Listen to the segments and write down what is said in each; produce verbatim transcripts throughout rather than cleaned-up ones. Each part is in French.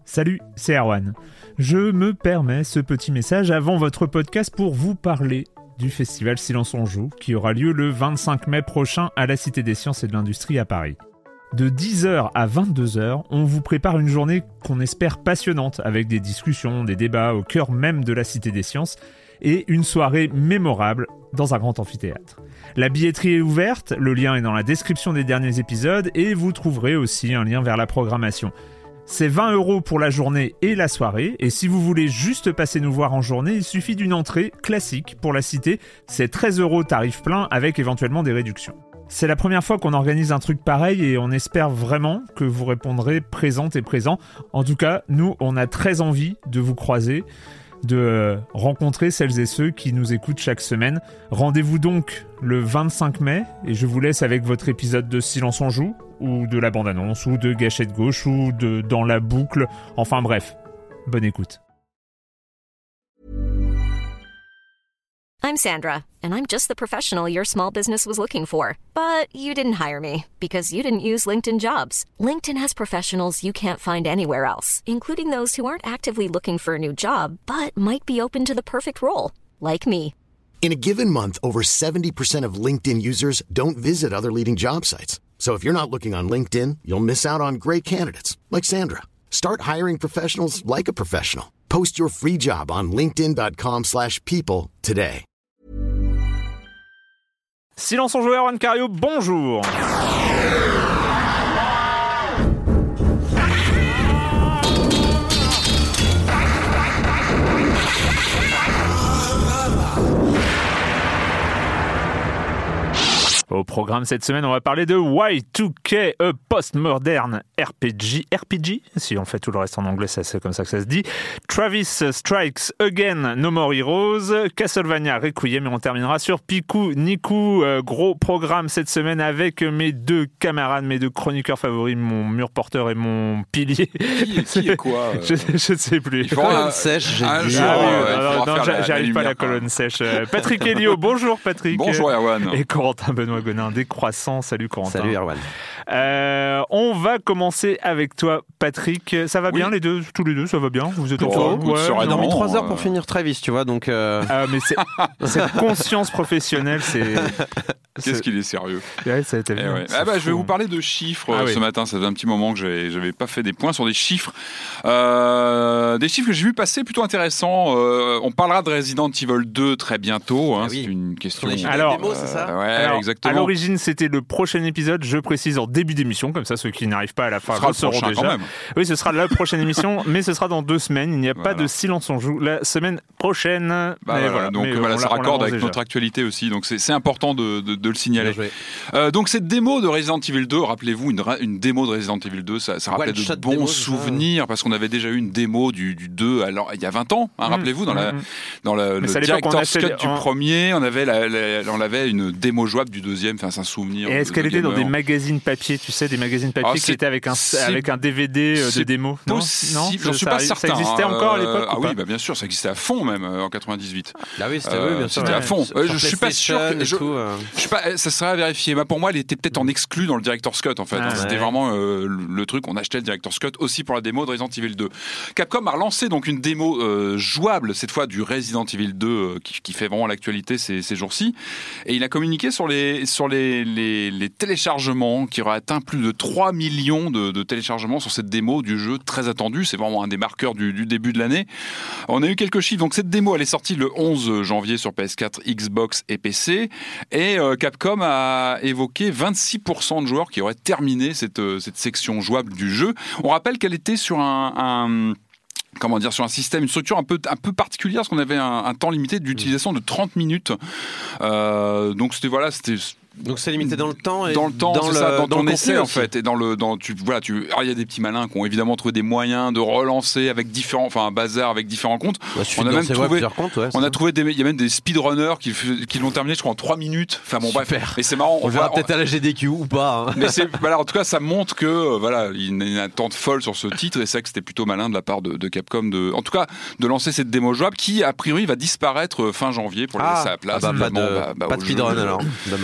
Salut, c'est Erwan. Je me permets ce petit message avant votre podcast pour vous parler du festival Silence on Joue qui aura lieu le vingt-cinq mai prochain à la Cité des Sciences et de l'Industrie à Paris. De dix heures à vingt-deux heures, on vous prépare une journée qu'on espère passionnante avec des discussions, des débats au cœur même de la Cité des Sciences et une soirée mémorable dans un grand amphithéâtre. La billetterie est ouverte, le lien est dans la description des derniers épisodes et vous trouverez aussi un lien vers la programmation. C'est vingt euros pour la journée et la soirée, et si vous voulez juste passer nous voir en journée, il suffit d'une entrée classique pour la Cité, c'est treize euros tarif plein avec éventuellement des réductions. C'est la première fois qu'on organise un truc pareil et on espère vraiment que vous répondrez présente et présent. En tout cas, nous, on a très envie de vous croiser, de rencontrer celles et ceux qui nous écoutent chaque semaine. Rendez-vous donc le vingt-cinq mai et je vous laisse avec votre épisode de Silence on Joue, ou de la bande-annonce, ou de Gâchette Gauche, ou de Dans la boucle. Enfin bref, bonne écoute. I'm Sandra, and I'm just the professional your small business was looking for. But you didn't hire me, because you didn't use LinkedIn Jobs. LinkedIn has professionals you can't find anywhere else, including those who aren't actively looking for a new job, but might be open to the perfect role, like me. In a given month, over seventy percent of LinkedIn users don't visit other leading job sites. So if you're not looking on LinkedIn, you'll miss out on great candidates, like Sandra. Start hiring professionals like a professional. Post your free job on linkedin.com slash people today. Silence on Joue, Erwan Cario, bonjour. Au programme cette semaine, on va parler de Y deux K, a post-modern R P G, R P G, si on fait tout le reste en anglais, ça, c'est comme ça que ça se dit. Travis Strikes Again, No More Heroes, Castlevania Requiem, et on terminera sur Piku Niku. Euh, gros programme cette semaine avec mes deux camarades, mes deux chroniqueurs favoris, mon mur porteur et mon pilier. Qui, qui est quoi euh... je, ne sais plus. Il faut colonne un, sèche, j'ai un dit. Jour, ah oui, euh, non, non, la, j'arrive la pas à la colonne sèche. Patrick Helio, bonjour Patrick. Bonjour Erwan. Et Corentin Benoît Gonin, Décroissant. Salut Corentin. Salut Erwan. Euh, on va commencer avec toi Patrick. Ça va bien oui. les deux, tous les deux, ça va bien. Vous êtes au oh, ouais, J'aurais dormi trois heures pour finir Travis, tu vois, donc. Euh... Ah, mais c'est, cette conscience professionnelle, c'est. Qu'est-ce c'est... qu'il est sérieux. Ouais, ça a été bien. Ouais. Ah bah, je vais vous parler de chiffres ah, ce oui. matin. Ça faisait un petit moment que j'avais, j'avais pas fait des points sur des chiffres. Euh, des chiffres que j'ai vu passer plutôt intéressants. Euh, on parlera de Resident Evil deux très bientôt. Hein, ah, oui. C'est une question. Alors, démo, c'est ça euh, ouais, Alors, exactement. À l'origine, c'était le prochain épisode. Je précise en début d'émission, comme ça, ceux qui n'arrivent pas à la fin ce sera le sauront déjà. Quand même. Oui, ce sera la prochaine émission, mais ce sera dans deux semaines. Il n'y a voilà. pas de Silence on Joue la semaine prochaine. Bah, mais voilà, voilà. Donc mais voilà, on ça racorde avec déjà. notre actualité aussi. Donc c'est, c'est important de, de, de le signaler. Euh, donc cette démo de Resident Evil deux, rappelez-vous, une, une démo de Resident Evil deux, ça, ça rappelait de bons démo, souvenirs parce qu'on avait déjà eu une démo du, du deux alors, il y a vingt ans, hein, mmh, rappelez-vous, dans, mmh. la, dans la, le Director's Cut du en... premier, on avait, la, la, on avait une démo jouable du deuxième, enfin c'est un souvenir. Et est-ce qu'elle était dans des magazines papier, tu sais, des magazines papier ah, qui étaient avec un, avec un D V D de démo? Non, non, j'en suis pas certain. Ça existait encore à l'époque? Ah oui, bah bien sûr, ça existait à fond même en quatre-vingt-dix-huit. Ah oui, c'était euh, oui, bien sûr. C'était ouais. à fond. Sur, je suis pas sûr. Que, je, tout, euh... je suis pas. Ça serait à vérifier. Bah, pour moi, elle était peut-être en exclu dans le Director's Cut en fait. Ah, c'était ouais. vraiment euh, le truc. On achetait le Director's Cut aussi pour la démo de Resident Evil deux. Capcom a relancé donc une démo euh, jouable cette fois du Resident Evil deux euh, qui, qui fait vraiment l'actualité ces, ces jours-ci. Et il a communiqué sur les sur les, les, les téléchargements qui auraient atteint plus de trois millions de, de téléchargements sur cette démo du jeu très attendu. C'est vraiment un des marqueurs du, du début de l'année. On a eu quelques chiffres. Donc cette démo, elle est sortie le onze janvier sur P S quatre, Xbox et P C. Et euh, Capcom a évoqué vingt-six pour cent de joueurs qui auraient terminé cette, cette section jouable du jeu. On rappelle qu'elle était sur un... un comment dire, sur un système, une structure un peu, un peu particulière, parce qu'on avait un, un temps limité d'utilisation de trente minutes. Euh, donc c'était, voilà, c'était... Donc c'est limité dans le temps et dans le temps, dans, c'est le, ça, dans, dans ton essai en aussi. fait, et dans le, dans tu, voilà, tu, alors il y a des petits malins qui ont évidemment trouvé des moyens de relancer avec différents, enfin un bazar avec différents comptes. Bah, on a même trouvé, comptes, ouais, on a trouvé des, il y a même des speedrunners qui, qui l'ont terminé, je crois en trois minutes. Enfin bon, bref. Super. Mais c'est marrant. On, on verra peut-être à la G D Q ou pas. Hein. Mais c'est, voilà, en tout cas, ça montre que euh, voilà, il y a une attente folle sur ce titre, et c'est que c'était plutôt malin de la part de, de Capcom de, en tout cas, de lancer cette démo jouable qui a priori va disparaître fin janvier pour ah, laisser sa place. Ah bah, pas de, bah, bah, pas de speedrun alors. Dommage. Au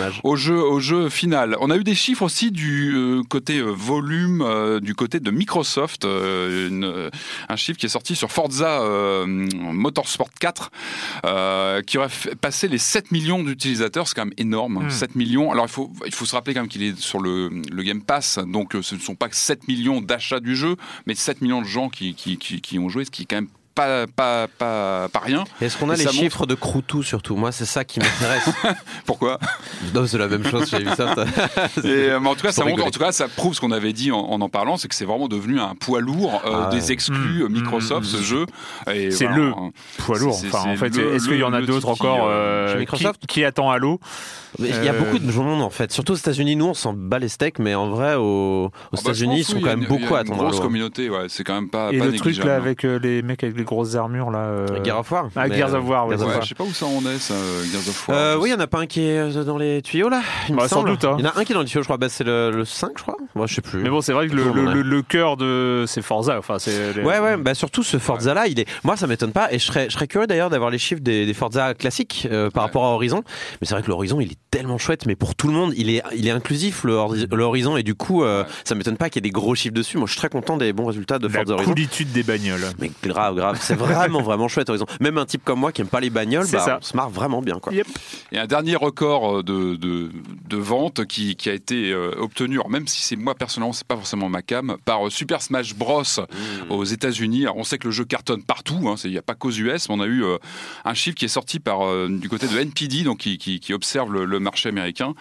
jeu, au jeu final. On a eu des chiffres aussi du euh, côté euh, volume, euh, du côté de Microsoft, euh, une, euh, un chiffre qui est sorti sur Forza euh, Motorsport quatre, euh, qui aurait fait passer les sept millions d'utilisateurs, c'est quand même énorme, mmh. sept millions. Alors il faut, il faut se rappeler quand même qu'il est sur le, le Game Pass, donc euh, ce ne sont pas que sept millions d'achats du jeu, mais sept millions de gens qui, qui, qui, qui ont joué, ce qui est quand même Pas, pas, pas, pas rien. Est-ce qu'on a et les chiffres montre... de Croutou surtout? Moi, c'est ça qui m'intéresse. Pourquoi? Non, c'est la même chose, j'ai vu ça. Et, mais en tout cas, ça montre, en tout cas, ça prouve ce qu'on avait dit en en, en parlant, c'est que c'est vraiment devenu un poids lourd euh, ah, des exclus mmh, Microsoft, mmh, ce jeu. Et c'est voilà, le poids lourd. C'est, c'est, enfin, en fait, le, est-ce qu'il y en a d'autres encore euh, Microsoft qui, qui attend Halo? Il y a euh... beaucoup de monde en fait, surtout aux États-Unis. Nous, on s'en bat les steaks, mais en vrai, aux, aux ah bah, États-Unis, ils sont quand même une, beaucoup à attendre. Une grosse communauté, ouais, c'est quand même pas. Et pas le truc là avec euh, les mecs avec les grosses armures là. Euh... Gears of War. Ah, Gears of War, ouais. Ouais, je sais pas où ça en est, ça, Gears of War. Euh, oui, il y en a pas un qui est dans les tuyaux là. Il bah, me sans semble. doute. Hein. Il y en a un qui est dans les tuyaux, je crois. Bah, c'est le, le cinq, je crois. Moi, je sais plus. Mais bon, c'est vrai que le, le, le, le cœur de c'est Forza. Enfin, c'est. Les... Ouais, ouais. Bah surtout ce Forza là, il est. Moi, ça m'étonne pas. Et je serais, je serais curieux d'ailleurs d'avoir les chiffres des, des Forza classiques euh, par ouais. rapport à Horizon. Mais c'est vrai que l'Horizon, il est tellement chouette. Mais pour tout le monde, il est il est inclusif le Horizon et du coup euh, ouais. ça m'étonne pas qu'il y ait des gros chiffres dessus. Moi je suis très content des bons résultats de Forza Horizon. La coolitude des bagnoles. Mais grave grave, c'est vraiment vraiment chouette Horizon. Même un type comme moi qui aime pas les bagnoles, bah, on se marre vraiment bien quoi. Yep. Et un dernier record de de, de vente qui, qui a été euh, obtenu, alors même si c'est moi personnellement c'est pas forcément ma cam, par Super Smash Bros mmh. aux États-Unis. Alors, on sait que le jeu cartonne partout, hein, il n'y a pas qu'aux U S, mais on a eu euh, un chiffre qui est sorti par euh, du côté de N P D, donc qui, qui, qui observe le, le marché américain.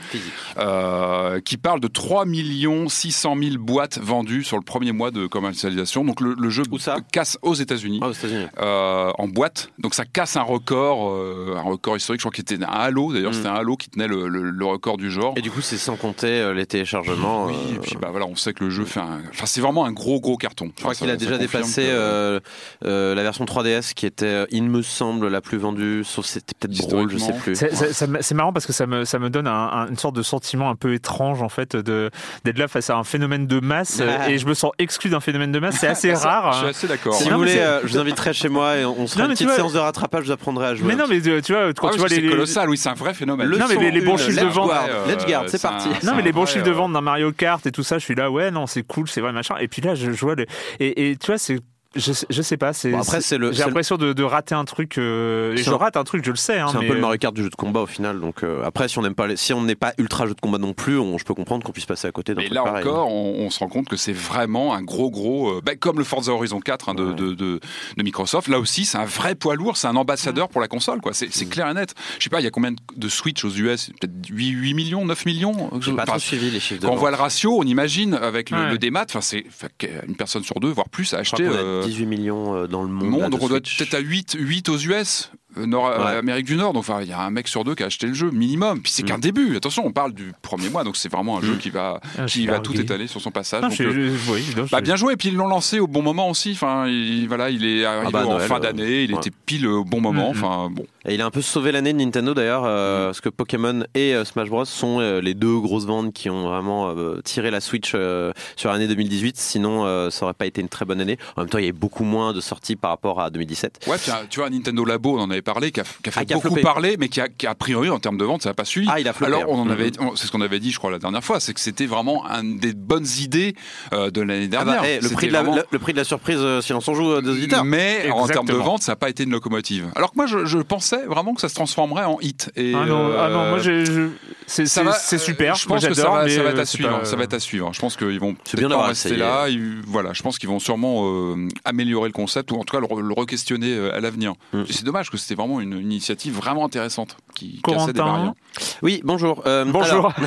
Euh, qui parle de trois millions six cent mille boîtes vendues sur le premier mois de commercialisation. Donc le, le jeu Où ça casse aux États-Unis, ah, aux États-Unis. Euh, en boîte. Donc ça casse un record, euh, un record historique. Je crois qu'il était un Halo. D'ailleurs, mm. c'était un Halo qui tenait le, le, le record du genre. Et du coup, c'est sans compter euh, les téléchargements. Oui. Euh... Et puis bah voilà, on sait que le jeu fait un. Enfin, c'est vraiment un gros gros carton. Je crois enfin, qu'il a déjà dépassé que... euh, euh, la version trois D S qui était, il me semble, la plus vendue. Sauf c'était peut-être Brawl, je sais plus. C'est, c'est, c'est, c'est marrant parce que ça me ça me donne un, un, une sorte de sentiment un peu étrange en fait de d'être là face à un phénomène de masse ah. et je me sens exclu d'un phénomène de masse. C'est assez rare. Je suis assez d'accord. Si non, vous voulez, euh, je vous inviterai chez moi et on se fera une petite vois... séance de rattrapage. Je vous apprendrai à jouer. Mais non, mais tu vois, quand ah, tu vois les, c'est colossal, oui, c'est un vrai phénomène. Le non, mais les, les bons chiffres de vente. Let's Guard, c'est parti. Non, mais les bons chiffres de vente d'un Mario Kart et tout ça, je suis là, ouais, non, c'est cool, c'est vrai, machin. Et puis là, je vois les et, et tu vois, c'est Je, je sais pas, c'est, bon après, c'est le, j'ai c'est l'impression le... de, de rater un truc. Euh, et je un... rate un truc, je le sais. Hein, c'est mais... un peu le Mario Kart du jeu de combat au final. Donc euh, après, si on n'aime pas, les... si on n'est pas ultra jeu de combat non plus, on, je peux comprendre qu'on puisse passer à côté d'un mais truc là pareil. encore, on, on se rend compte que c'est vraiment un gros gros, euh, bah, comme le Forza Horizon quatre hein, de, ouais. de, de, de Microsoft. Là aussi, c'est un vrai poids lourd, c'est un ambassadeur pour la console, quoi. C'est, c'est clair et net. Je sais pas, il y a combien de Switch aux U S? Peut-être huit millions, neuf millions. J'ai pas trop suivi les chiffres. Quand on voit le ratio, on imagine avec le, ouais. le démat, enfin c'est une personne sur deux, voire plus, a acheté. Euh... dix-huit millions dans le monde. monde là, on doit être peut-être à huit, huit aux U S, Nord, ouais. Amérique du Nord. Donc il y a un mec sur deux qui a acheté le jeu minimum. Puis c'est mmh. qu'un début. Attention, on parle du premier mois, donc c'est vraiment un mmh. jeu qui va, ah, qui va tout étaler sur son passage. Non, donc, je, euh, je, oui, non, bah, bien joué. Et puis ils l'ont lancé au bon moment aussi. Enfin, il, voilà, il est arrivé ah bah, en Noël, fin d'année. Il ouais. était pile au bon moment. Mmh. Enfin bon. Et il a un peu sauvé l'année de Nintendo d'ailleurs, euh, mmh. parce que Pokémon et euh, Smash Bros sont euh, les deux grosses ventes qui ont vraiment euh, tiré la Switch euh, sur l'année deux mille dix-huit. Sinon, euh, ça aurait pas été une très bonne année. En même temps, il y avait beaucoup moins de sorties par rapport à deux mille dix-sept. Ouais, puis, tu vois, Nintendo Labo, on en avait parlé, qui a, qui a fait ah, qui a beaucoup floppé. parler, mais qui a, qui a priori en termes de vente, ça n'a pas suivi. Ah, il a floppé. Alors, on en avait, mmh. on, c'est ce qu'on avait dit, je crois, la dernière fois, c'est que c'était vraiment une des bonnes idées euh, de l'année dernière. Ah bah, hey, le, prix de la, vraiment... le, le prix de la surprise, euh, si on s'en joue euh, des auditeurs. Mais exactement. En termes de vente, ça n'a pas été une locomotive. Alors que moi, je, je pensais vraiment que ça se transformerait en hit. Et, ah, non, euh, ah non, moi, j'ai, je... c'est, c'est, va, c'est super. Je pense moi, que ça va, mais ça va être à suivre. Pas... Ça va être à suivre. Je pense qu'ils vont c'est bien pas rester là. Ils, voilà, je pense qu'ils vont sûrement euh, améliorer le concept ou en tout cas le, le re-questionner euh, à l'avenir. Mm. C'est dommage que c'était vraiment une, une initiative vraiment intéressante qui cassait des barrières. Oui, bonjour. Euh, bonjour. Alors,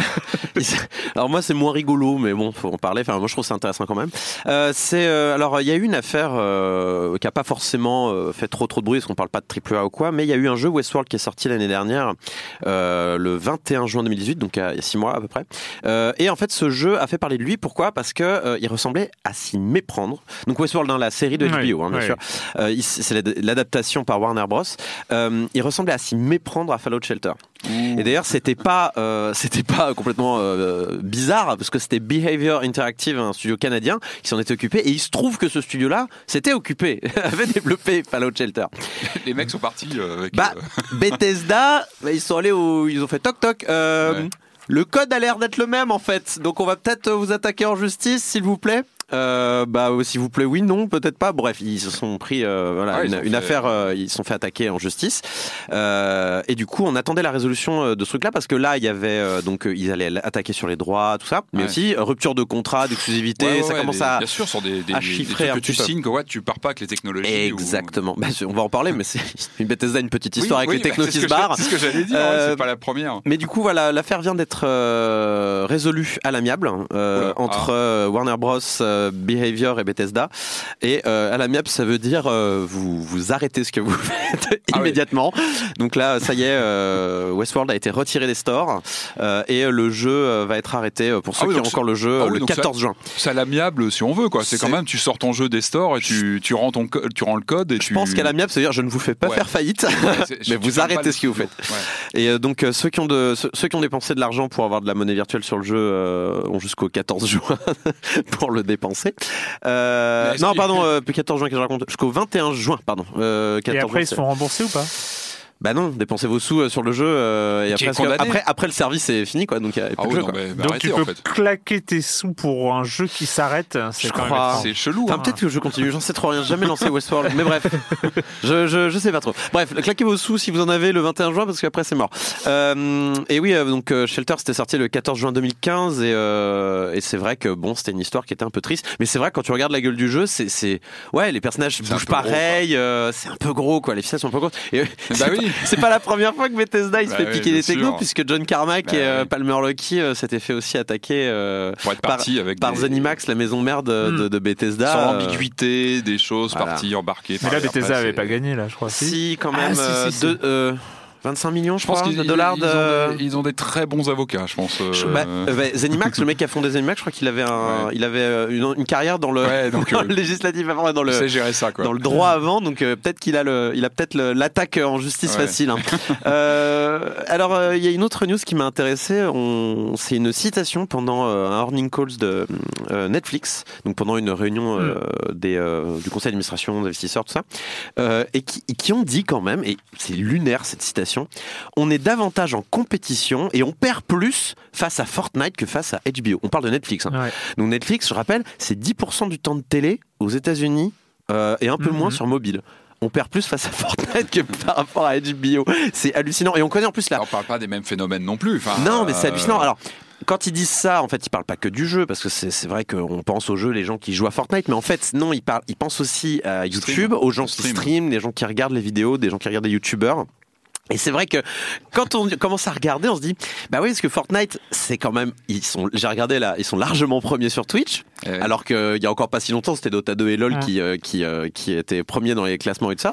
alors moi, c'est moins rigolo, mais bon, faut en parler. Enfin, moi, je trouve ça intéressant quand même. Euh, c'est euh, alors il y a eu une affaire euh, qui a pas forcément euh, fait trop trop de bruit, parce qu'on parle pas de triple A ou quoi, mais il y a eu un jeu Westworld qui est sorti l'année dernière, euh, le vingt et un juin deux mille dix-huit, donc il y a six mois à peu près. Euh, et en fait, ce jeu a fait parler de lui. Pourquoi ? Parce que euh, il ressemblait à s'y méprendre. Donc Westworld, hein, la série de H B O, hein, bien oui. sûr. Euh, c'est l'adaptation par Warner Bros. Euh, il ressemblait à s'y méprendre à Fallout Shelter. Ouh. Et d'ailleurs, c'était pas, euh, c'était pas complètement euh, bizarre, parce que c'était Behavior Interactive, un studio canadien, qui s'en était occupé. Et il se trouve que ce studio-là s'était occupé, avait développé Fallout Shelter. Les mecs sont partis euh, avec. Bah, euh... Bethesda, bah, ils sont allés où ils ont fait toc toc. Euh, ouais. Le code a l'air d'être le même en fait, donc on va peut-être vous attaquer en justice, s'il vous plaît. Euh, bah s'il vous plaît, oui, non, peut-être pas. Bref, ils se sont pris euh, voilà ah, une, une fait... affaire, euh, ils se sont fait attaquer en justice. Euh, et du coup, on attendait la résolution de ce truc-là parce que là, il y avait euh, donc ils allaient attaquer sur les droits, tout ça, mais ouais. aussi rupture de contrat, d'exclusivité. Ouais, ouais, ça ouais, commence des, à bien sûr sur des, des, à chiffrer des un trucs que tu peu. signes que ouais, tu pars pas avec les technologies. Exactement. Ou... Bah, on va en parler, mais c'est une Bethesda, une petite histoire oui, avec oui, les technos bah, qui se barrent. C'est ce que j'allais dire. Euh, ouais, c'est pas la première. Mais du coup, voilà, l'affaire vient d'être euh, résolue à l'amiable euh, entre ah. euh, Warner Bros, euh, Behavior et Bethesda. Et euh, à l'amiable, ça veut dire euh, vous vous arrêtez ce que vous faites ah immédiatement. Oui. Donc là, ça y est, euh, Westworld a été retiré des stores euh, et le jeu va être arrêté pour ceux ah oui, qui ont encore le jeu ah oui, le quatorze juin. C'est à l'amiable si on veut quoi. C'est, c'est quand même tu sors ton jeu des stores et tu tu rends ton tu rends le code et je tu. pense qu'à l'amiable, ça veut dire je ne vous fais pas ouais. faire faillite, ouais, mais vous arrêtez ce que vous faites. Ouais. Et euh, donc euh, ceux qui ont de ceux, ceux qui ont dépensé de l'argent pour avoir de la monnaie virtuelle sur le jeu euh, ont jusqu'au quatorze juin pour le dépenser. Euh, non, pardon, euh, quatorze juin, qu'est-ce que je raconte ? Jusqu'au vingt et un juin, pardon. Euh, et après, juin, ils se font rembourser ou pas ? Bah non, dépensez vos sous sur le jeu euh, et après, que, après, après le service est fini quoi, donc il y a plus ah de oui, jeu. Non, quoi. Bah, donc arrêtez, tu peux en fait. claquer tes sous pour un jeu qui s'arrête. C'est je quand crois. même c'est chelou. Enfin hein. peut-être que je continue, j'en sais trop rien. J'ai jamais lancé Westworld, mais bref, je, je je sais pas trop. Bref, claquez vos sous si vous en avez le vingt et un juin parce qu'après c'est mort. Euh, et oui, donc Shelter c'était sorti le quatorze juin deux mille quinze et euh, et c'est vrai que bon c'était une histoire qui était un peu triste, mais c'est vrai que quand tu regardes la gueule du jeu, c'est c'est ouais les personnages c'est bougent pareil, euh, c'est un peu gros quoi, les ficelles sont un peu grosses. Et bah c'est, oui. pas, c'est pas la première fois que Bethesda il se bah fait oui, piquer des technos puisque John Carmack bah et euh, oui. Palmer Luckey euh, s'étaient fait aussi attaquer euh, par, avec par des... ZeniMax, la maison mère de, mm. de, de Bethesda. Sans ambiguïté, des choses voilà. parties embarquées. Mais là Bethesda avait pas gagné là, je crois. Si, si quand même. Ah, euh, si, si, de, euh, vingt-cinq millions, je, je pense, crois, de dollars. Ils, de... ils, ont des, ils ont des très bons avocats, je pense. Euh... Bah, bah, ZeniMax, le mec qui a fondé ZeniMax, je crois qu'il avait, un, ouais. il avait une, une carrière dans le, ouais, donc, dans euh, le législatif avant, dans le, ça, quoi. dans le droit avant, donc euh, peut-être qu'il a, le, il a peut-être le, l'attaque en justice ouais. facile. Hein. euh, alors, il euh, y a une autre news qui m'a intéressé. On, c'est une citation pendant euh, un earning calls de euh, Netflix, donc pendant une réunion euh, mm. des, euh, du conseil d'administration, d'investisseurs, tout ça, euh, et qui, qui ont dit quand même, et c'est lunaire cette citation, on est davantage en compétition et on perd plus face à Fortnite que face à H B O. On parle de Netflix. Hein. Ouais. Donc Netflix, je rappelle, c'est dix pour cent du temps de télé aux États-Unis euh, et un peu mm-hmm. moins sur mobile. On perd plus face à Fortnite que par rapport à H B O. C'est hallucinant. Et on connaît en plus la... On parle pas des mêmes phénomènes non plus. Enfin, non, mais c'est hallucinant. Alors, quand ils disent ça, en fait, ils parlent pas que du jeu, parce que c'est, c'est vrai qu'on pense aux jeux, les gens qui jouent à Fortnite, mais en fait, non, ils, parlent, ils pensent aussi à YouTube, stream, aux gens qui streament, des gens qui regardent les vidéos, des gens qui regardent des YouTubeurs. Et c'est vrai que quand on commence à regarder, on se dit bah oui, parce que Fortnite, c'est quand même, ils sont, j'ai regardé là, ils sont largement premiers sur Twitch, eh oui. alors qu'il y a encore pas si longtemps, c'était Dota deux et LoL ah. qui euh, qui euh, qui étaient premiers dans les classements et tout ça.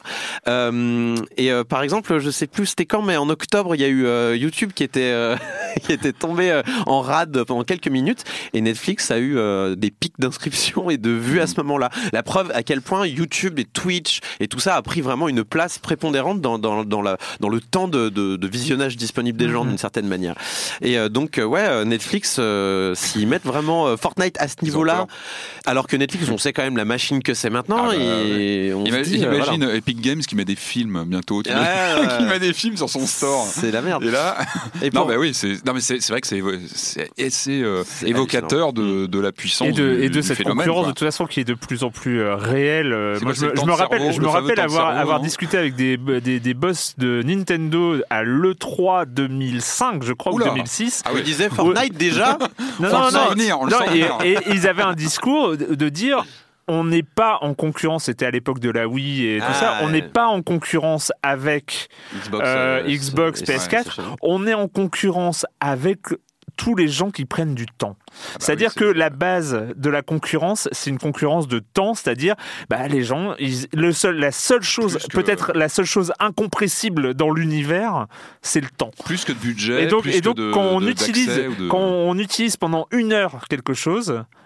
Euh, et euh, par exemple, je sais plus c'était quand, mais en octobre, il y a eu euh, YouTube qui était euh, qui était tombé euh, en rade pendant quelques minutes, et Netflix a eu euh, des pics d'inscriptions et de vues à ce moment-là. La preuve à quel point YouTube et Twitch et tout ça a pris vraiment une place prépondérante dans dans dans la dans le temps de, de, de visionnage disponible des gens mmh. d'une certaine manière. Et euh, donc euh, ouais, Netflix euh, s'ils mettent vraiment euh, Fortnite à ce niveau-là, alors que Netflix on sait quand même la machine que c'est maintenant. Ah bah, et ouais. on Ima- se dit, imagine euh, voilà. Epic Games qui met des films bientôt, qui, ouais, met, ouais. qui met des films sur son store. C'est la merde. Et là, et non pour... bah oui, c'est non mais c'est, c'est vrai que c'est c'est, c'est, euh, c'est évocateur de, de la puissance et de, du, et de du cette phénomène, concurrence quoi. de toute façon qui est de plus en plus euh, réelle. Euh, moi, je, me, je me rappelle, cerveau, je me rappelle avoir cerveau, avoir non discuté avec des, des des boss de Nintendo à l'E trois deux mille cinq, je crois, Oula. ou deux mille six. Ah oui, ils disaient Fortnite déjà. Non, non, non, venir, non et, et ils avaient un discours de, de dire on n'est pas en concurrence, c'était à l'époque de la Wii et tout ah, ça, on n'est ouais. pas en concurrence avec Xbox, euh, euh, Xbox P S quatre, ouais, on est en concurrence avec tous les gens qui prennent du temps. Ah bah c'est-à-dire oui, c'est... que la base de la concurrence, c'est une concurrence de temps, c'est-à-dire bah, les gens, ils, le seul, la seule chose, que... peut-être la seule chose incompressible dans l'univers, c'est le temps. Plus que de budget, et donc, plus et donc que de, quand on de, utilise, de... quand on utilise pendant une heure quelque chose,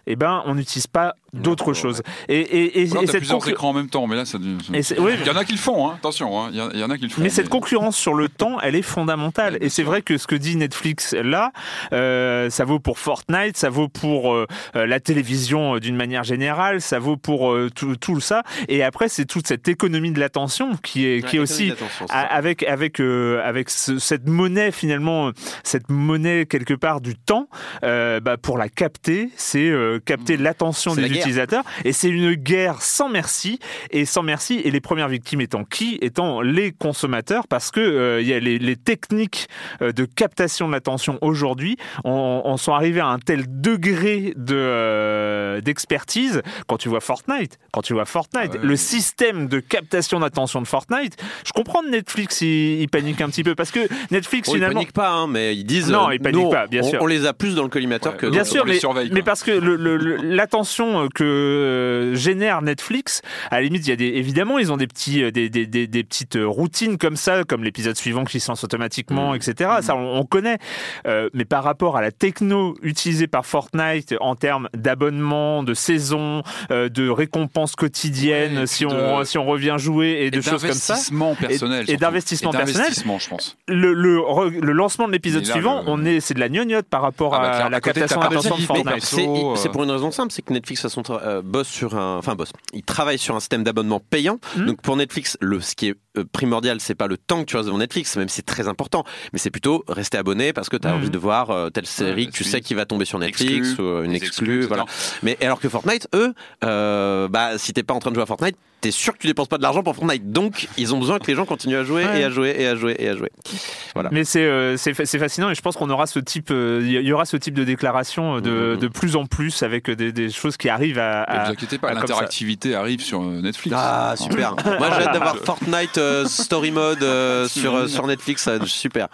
eh ben, on n'utilise pas d'autres choses. Et, et, et, non, et t'as cette plusieurs conclu... écrans en même temps, mais là, ça... c'est... Oui, il y en a qui le font, hein. Attention, hein. il, y a, il y en a qui le font. Mais, mais cette concurrence sur le temps, elle est fondamentale. Ouais, et c'est sûr. Vrai que ce que dit Netflix là, euh, ça vaut pour Fortnite, ça vaut pour euh, la télévision euh, d'une manière générale, ça vaut pour euh, tout, tout ça. Et après, c'est toute cette économie de l'attention qui est, qui ouais, est aussi a, avec avec euh, avec ce, cette monnaie finalement, cette monnaie quelque part du temps, euh, bah, pour la capter, c'est euh, capter mmh. l'attention c'est des la utilisateurs. Et c'est une guerre sans merci et sans merci. Et les premières victimes étant qui? Étant les consommateurs, parce que euh, y a les, les techniques de captation de l'attention aujourd'hui, on, on sont arrivés à un tel degré de euh, d'expertise. Quand tu vois Fortnite, quand tu vois Fortnite, ah ouais, le oui. système de captation d'attention de Fortnite, je comprends que Netflix il, il panique un petit peu parce que Netflix oh, finalement ils paniquent pas, hein, mais ils disent non, ils paniquent pas, bien on, sûr. On les a plus dans le collimateur ouais, que bien dans sûr, on mais, les surveille. Mais parce que le, le, le, l'attention que génère Netflix, à la limite, il y a des évidemment ils ont des petits des des des, des petites routines comme ça, comme l'épisode suivant qui se lance automatiquement, mmh. et cetera. Mmh. Ça, on, on connaît. Euh, mais par rapport à la techno utilisée par Fortnite en termes d'abonnement, de saison, euh, de récompenses quotidiennes, ouais, si on de... si on revient jouer et, et de choses comme ça, d'investissement personnel, et, et d'investissement et personnel. Je pense. Le, le le lancement de l'épisode là, suivant, le... on est c'est de la gnognotte par rapport ah, bah, à, à la captation d'attention de Fortnite. C'est, euh... c'est pour une raison simple, c'est que Netflix façon, euh, bosse sur un, enfin bosse, il travaille sur un système d'abonnement payant. Mmh. Donc pour Netflix, le ce qui est primordial, c'est pas le temps que tu restes devant Netflix, même si c'est très important, mais c'est plutôt rester abonné parce que tu as mmh. envie de voir euh, telle série ouais, que tu sais qui va tomber sur Netflix exclus, ou une exclue, voilà. Mais alors que Fortnite, eux, euh, bah si t'es pas en train de jouer à Fortnite, t'es sûr que tu dépenses pas de l'argent pour Fortnite, donc ils ont besoin que les gens continuent à jouer ouais. et à jouer et à jouer et à jouer. Voilà. Mais c'est euh, c'est, c'est fascinant et je pense qu'on aura ce type, il euh, y aura ce type de déclaration de, mmh. de plus en plus avec des, des choses qui arrivent à. à ne vous inquiétez pas, l'interactivité arrive sur Netflix. Ah super. Moi j'ai hâte d'avoir Fortnite euh, Story Mode euh, sur euh, sur Netflix, ça, super.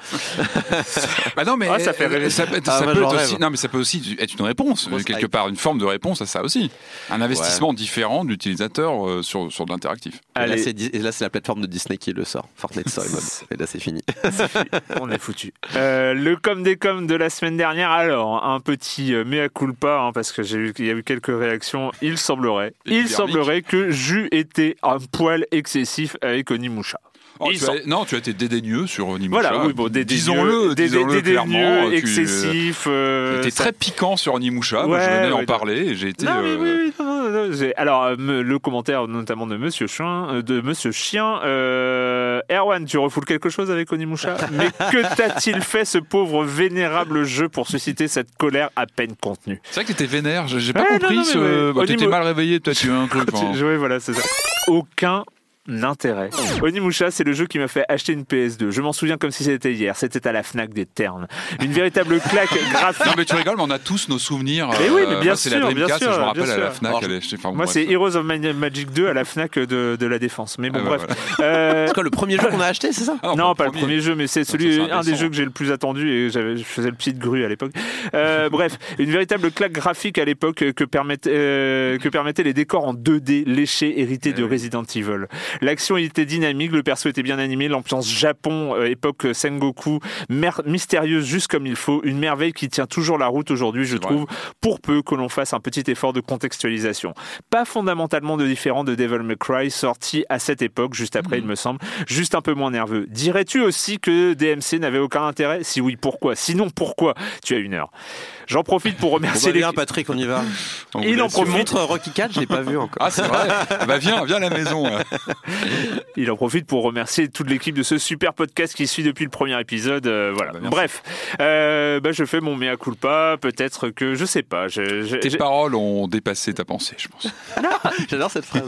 Bah non mais ah, ça fait rêver. Ça, ça, ah, ça peut être aussi, non mais ça peut aussi être une réponse Grosse quelque hype. Part, une forme de réponse à ça aussi. Un investissement ouais. différent d'utilisateurs euh, sur sur de l'interactif. Et là, c'est, et là c'est la plateforme de Disney qui le sort, Fortnite Story Mode. Et là c'est fini. c'est fini. On est foutu. Euh, le com des com de la semaine dernière. Alors un petit euh, mea culpa hein, parce que j'ai eu il y a eu quelques réactions. Il semblerait, il semblerait que j'eus été un poil excessif avec Onimusha. Oh, tu as, non, tu as été dédaigneux sur Onimusha. Voilà, oui, bon, dédaigneux, disons-le, dé, disons-le dédaigneux, clairement. excessif. Euh, tu étais ça... très piquant sur Onimusha. Ouais, moi, je venais ouais, en ouais, parler et j'ai été. Non, euh... oui, oui, non, non, non, j'ai... Alors, euh, le commentaire notamment de Monsieur Chien, de Monsieur Chien. Euh... Erwan, tu refoules quelque chose avec Onimusha? Mais que t'a-t-il fait ce pauvre vénérable jeu pour susciter cette colère à peine contenue? C'est vrai que t'étais vénère. J'ai pas ouais, compris. Non, non, ce... ouais. bah, t'étais mal réveillé, peut-être tu as un truc. Hein. Oui, voilà, c'est ça. Aucun intérêt. Onimusha, c'est le jeu qui m'a fait acheter une P S deux. Je m'en souviens comme si c'était hier. C'était à la Fnac des Ternes. Une véritable claque graphique. Non mais tu rigoles, mais on a tous nos souvenirs. Mais oui, mais bien moi, sûr, c'est la Dreamcast, bien sûr, je me rappelle bien à la sûr. Fnac. Alors, allez, enfin, moi, bref. c'est Heroes of Magic deux à la Fnac de, de la Défense. Mais bon, ah, bref. Bah, voilà. euh... C'est quoi le premier jeu qu'on a acheté, c'est ça? ah, Non, non pas le premier. premier jeu, mais c'est celui, non, ça, c'est un des jeux que j'ai le plus attendu et j'avais, je faisais le pied de grue à l'époque. Euh, bref, une véritable claque graphique à l'époque que permettait, euh, que permettaient les décors en deux D léchés hérités de Resident Evil. L'action était dynamique, le perso était bien animé, l'ambiance Japon, euh, époque Sengoku, mer- mystérieuse juste comme il faut, une merveille qui tient toujours la route aujourd'hui, je C'est trouve, vrai. Pour peu que l'on fasse un petit effort de contextualisation. Pas fondamentalement de différent de Devil May Cry, sorti à cette époque, juste après, mmh. il me semble, juste un peu moins nerveux. Dirais-tu aussi que D M C n'avait aucun intérêt? Si oui, pourquoi? Sinon, pourquoi? Tu as une heure. J'en profite pour remercier les... les... Patrick, on y va. On il en profite. Montre Rocky quatre, je l'ai pas vu encore. Ah, c'est vrai. Bah viens, viens à la maison. Là. Il en profite pour remercier toute l'équipe de ce super podcast qui suit depuis le premier épisode. Euh, voilà. Bah, bref, euh, bah, je fais mon mea culpa. Peut-être que je sais pas. Je, je, Tes je... paroles ont dépassé ta pensée, je pense. J'adore cette phrase.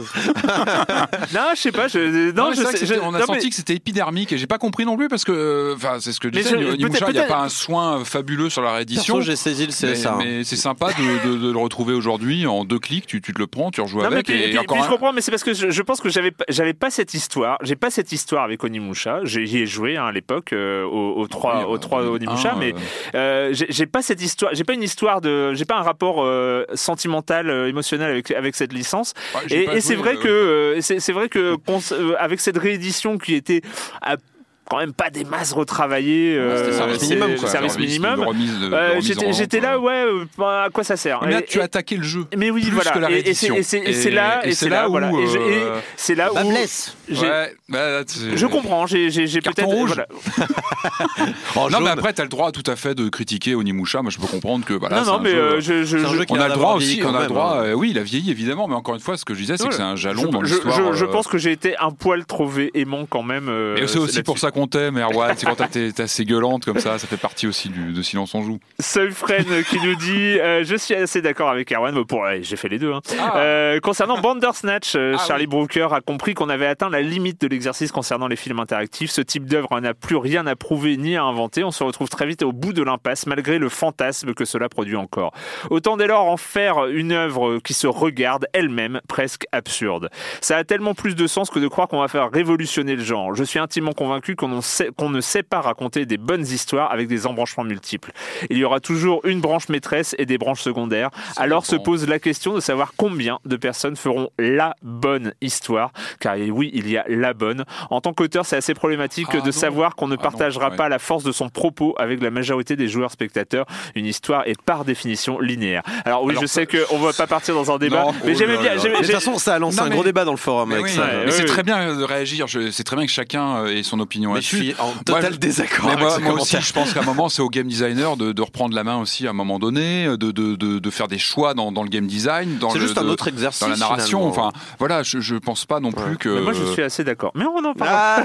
non, je sais pas. Je... Non, non je sais, je... on a non, senti mais... que c'était épidermique et j'ai pas compris non plus parce que, enfin, c'est ce que disait Onimusha. Il n'y a pas un soin fabuleux sur la réédition. Perso, j'ai saisi le C S A. Mais, mais c'est sympa de, de, de le retrouver aujourd'hui en deux clics. Tu, tu te le prends, tu rejoues non, avec. Mais puis, et, et puis, et encore puis un... je comprends, mais c'est parce que je, je pense que j'avais, j'avais pas cette histoire. J'ai pas cette histoire avec Onimusha. J'y ai joué hein, à l'époque euh, aux, aux trois, oui, aux trois euh, Onimusha, mais euh, j'ai, j'ai pas cette histoire. J'ai pas une histoire de. J'ai pas un rapport euh, sentimental, euh, émotionnel avec avec cette licence. Ouais, et, et joué, c'est vrai euh, que euh, c'est, c'est vrai que euh, avec cette réédition qui était à quand même pas des masses retravaillées. Euh, c'était service minimum, quoi. Service minimum. De, euh, j'étais, j'étais là, ouais, euh, à quoi ça sert? Mais là, et, tu as attaqué le jeu. Mais oui, plus voilà. Que la et, et, c'est, et, c'est, et c'est là, et, et c'est là, où, voilà. Et, et c'est là où. Bah, blesse. Ouais, bah, je comprends. J'ai, j'ai, j'ai Carton peut-être. rouge. Voilà. oh, non, mais après, t'as le droit tout à fait de critiquer Onimusha. Moi, je peux comprendre que. Voilà, non, non, mais jeu, je, je, je, on a le droit aussi. On a le droit. Oui, il a vieilli évidemment, mais encore une fois, ce que je disais, c'est que c'est un jalon dans l'histoire. Je pense que j'ai été un poil trop véhément quand même. Et c'est aussi pour ça qu'on t'aime, Erwan. C'est quand t'es assez gueulante comme ça, ça fait partie aussi du, de Silence on joue. Seulfren qui nous dit euh, je suis assez d'accord avec Erwan, mais pour, ouais, j'ai fait les deux. Hein. Ah. Euh, concernant Bandersnatch, euh, ah, Charlie oui. Brooker a compris qu'on avait atteint la limite de l'exercice concernant les films interactifs. Ce type d'œuvre n'a plus rien à prouver ni à inventer. On se retrouve très vite au bout de l'impasse, malgré le fantasme que cela produit encore. Autant dès lors en faire une œuvre qui se regarde elle-même, presque absurde. Ça a tellement plus de sens que de croire qu'on va faire révolutionner le genre. Je suis intimement convaincu qu'on, sait, qu'on ne sait pas raconter des bonnes histoires avec des embranchements multiples. Il y aura toujours une branche maîtresse et des branches secondaires. Ça Alors dépend. Se pose la question de savoir combien de personnes feront la bonne histoire. Car oui, il y a la bonne. En tant qu'auteur, c'est assez problématique ah de non. savoir qu'on ne ah partagera non, ouais. pas la force de son propos avec la majorité des joueurs spectateurs. Une histoire est par définition linéaire. Alors oui, Alors, je ça... sais qu'on ne va pas partir dans un débat, non, mais oh j'aimais bien... J'aimais, de toute façon, ça a lancé non, un mais... gros débat dans le forum. Mais avec oui, ça. Ouais, mais oui, c'est oui. très bien de réagir. Je, c'est très bien que chacun ait son opinion mais là-dessus. Je suis en total moi, désaccord mais avec moi, ces moi commentaires. aussi, je pense qu'à un moment, c'est au game designer de, de reprendre la main aussi à un moment donné, de, de, de, de faire des choix dans, dans le game design, dans, c'est le, juste un de, autre exercice, dans la narration. Finalement. Enfin, voilà, je, je pense pas non plus ouais. que. Mais moi, je suis assez d'accord. Mais on en parle. Ah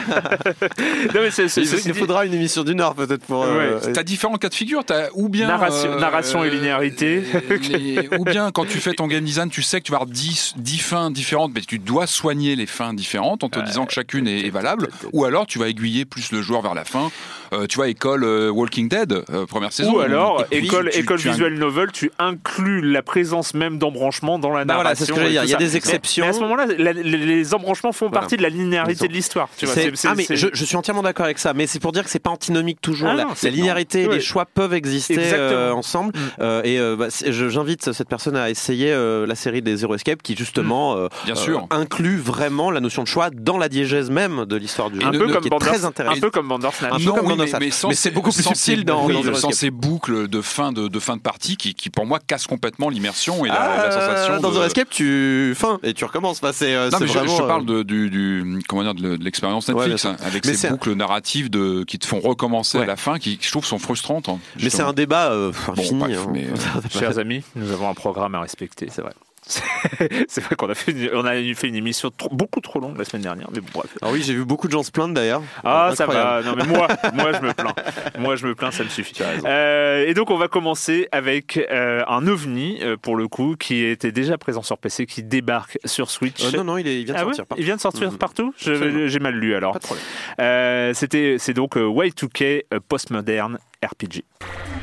non, mais c'est, c'est, c'est, il faudra une émission d'une heure peut-être pour. Euh, ouais. T'as différents cas de figure. T'as ou bien narration, euh, narration et linéarité. Les, ou bien quand tu fais ton game design, tu sais que tu vas avoir dix fins différentes, mais tu dois soigner les fins différentes en te euh, disant que chacune est, est valable. Ou alors tu vas aiguiller plus le joueur vers la fin. Euh, tu vois, école euh, Walking Dead, euh, première saison. Ou alors, puis, école, tu, école tu, visual tu novel, tu inclus la présence même d'embranchements dans la bah narration. Voilà, c'est ce que je veux dire. Il y a des exceptions. Mais, mais à ce moment-là, la, les, les embranchements font voilà. partie de la linéarité de l'histoire. Tu vois, c'est, c'est, c'est, ah, mais c'est... Je, je suis entièrement d'accord avec ça. Mais c'est pour dire que c'est pas antinomique toujours. Ah, la, non, la linéarité et les choix peuvent exister euh, ensemble. Mm. Euh, et euh, bah, je, j'invite cette personne à essayer euh, la série des Zero Escape qui justement euh, Bien sûr. Euh, inclut vraiment la notion de choix dans la diégèse même de l'histoire du jeu. Un peu comme très intéressant. Un peu comme Bandersnatch. Un peu comme Bandersnatch. Mais c'est beaucoup plus subtil dans, oui, dans, dans sans ces boucles de fin de, de fin de partie qui, qui pour moi cassent complètement l'immersion et la, ah, la sensation. Dans de... The Escape, tu fin et tu recommences. Enfin, c'est, non, c'est mais vraiment, je, je parle de, du, du comment dire de l'expérience Netflix ouais, hein, avec mais ces boucles narratives de qui te font recommencer ouais. à la fin, qui je trouve sont frustrantes. Hein, mais c'est un débat euh, infini. Bon, bref, hein. mais, euh... Chers amis, nous avons un programme à respecter, c'est vrai. C'est vrai qu'on a fait une, on a fait une émission trop, beaucoup trop longue la semaine dernière, mais bon, bref. Alors oui, j'ai vu beaucoup de gens se plaindre d'ailleurs. Ah, incroyable. Ça va. Non, mais moi, moi, je me plains. Moi, je me plains, ça me suffit. Euh, et donc, on va commencer avec euh, un ovni, euh, pour le coup, qui était déjà présent sur P C, qui débarque sur Switch. Euh, non, non, il, est, il vient de ah sortir ouais partout. Il vient de sortir mmh. partout je, J'ai mal lu alors. Pas de problème. Euh, c'était, c'est donc euh, Y deux K euh, Postmodern R P G.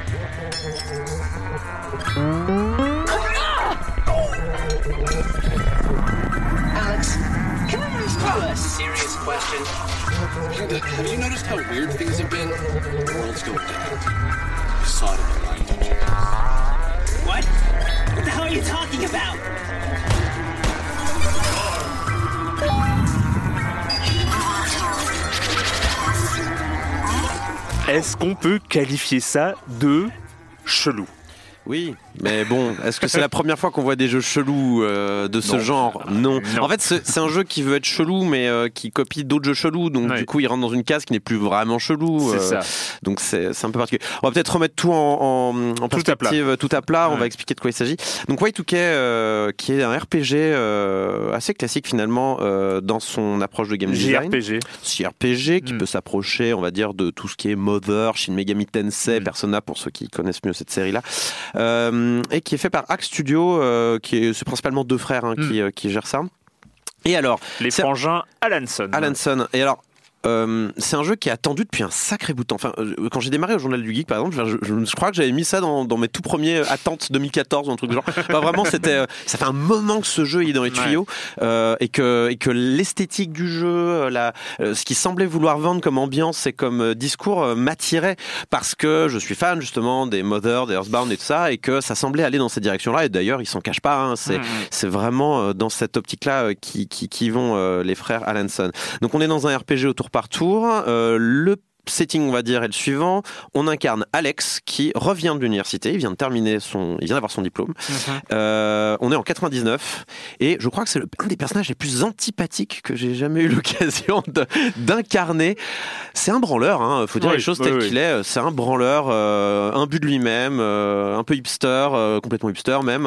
A serious question. Have you noticed how weird things have been? The world's going down. You saw it in the light, didn't you? What? What the hell are you talking about? Est-ce qu'on peut qualifier ça de chelou ? Oui, mais bon, est-ce que c'est la première fois qu'on voit des jeux chelous euh, de ce non. genre ? non. non. En fait, c'est, c'est un jeu qui veut être chelou, mais euh, qui copie d'autres jeux chelous. Donc, oui. du coup, il rentre dans une case qui n'est plus vraiment chelou. C'est euh, ça. Donc, c'est, c'est un peu particulier. On va peut-être remettre tout en, en, en perspective, tout à plat. Tout à plat. Ouais. On va expliquer de quoi il s'agit. Donc, Y deux K, euh, qui est un R P G euh, assez classique finalement euh, dans son approche de game design. J R P G. J R P G qui mm. peut s'approcher, on va dire, de tout ce qui est Mother, Shin Megami Tensei, mm. Persona pour ceux qui connaissent mieux cette série-là. Euh, et qui est fait par Axe Studio, euh, qui est c'est principalement deux frères hein, mm. qui, euh, qui gèrent ça. Et alors, les frangins Alanson. Alanson. Et alors. Euh, c'est un jeu qui est attendu depuis un sacré bout de temps. Enfin, euh, quand j'ai démarré au Journal du Geek, par exemple, je, je, je crois que j'avais mis ça dans, dans mes tout premiers attentes deux mille quatorze ou un truc du genre. Enfin, vraiment, c'était, euh, ça fait un moment que ce jeu est dans les tuyaux ouais. euh, et que et que l'esthétique du jeu, la, euh, ce qui semblait vouloir vendre comme ambiance et comme euh, discours euh, m'attirait parce que je suis fan justement des Mother, des Earthbound et tout ça, et que ça semblait aller dans cette direction-là. Et d'ailleurs, ils s'en cachent pas. Hein, c'est mmh. c'est vraiment euh, dans cette optique-là euh, qui qui qui vont euh, les frères Alanson. Donc, on est dans un R P G au tour tour par tour. Euh, le setting, on va dire, est le suivant. On incarne Alex qui revient de l'université. Il vient de terminer son, il vient d'avoir son diplôme. Mm-hmm. Euh, on est en quatre-vingt-dix-neuf et je crois que c'est le, un des personnages les plus antipathiques que j'ai jamais eu l'occasion de, d'incarner. C'est un branleur, hein. Faut dire oui, les choses oui, telles oui. qu'il est. C'est un branleur, euh, imbu de lui-même, euh, un peu hipster, euh, complètement hipster même.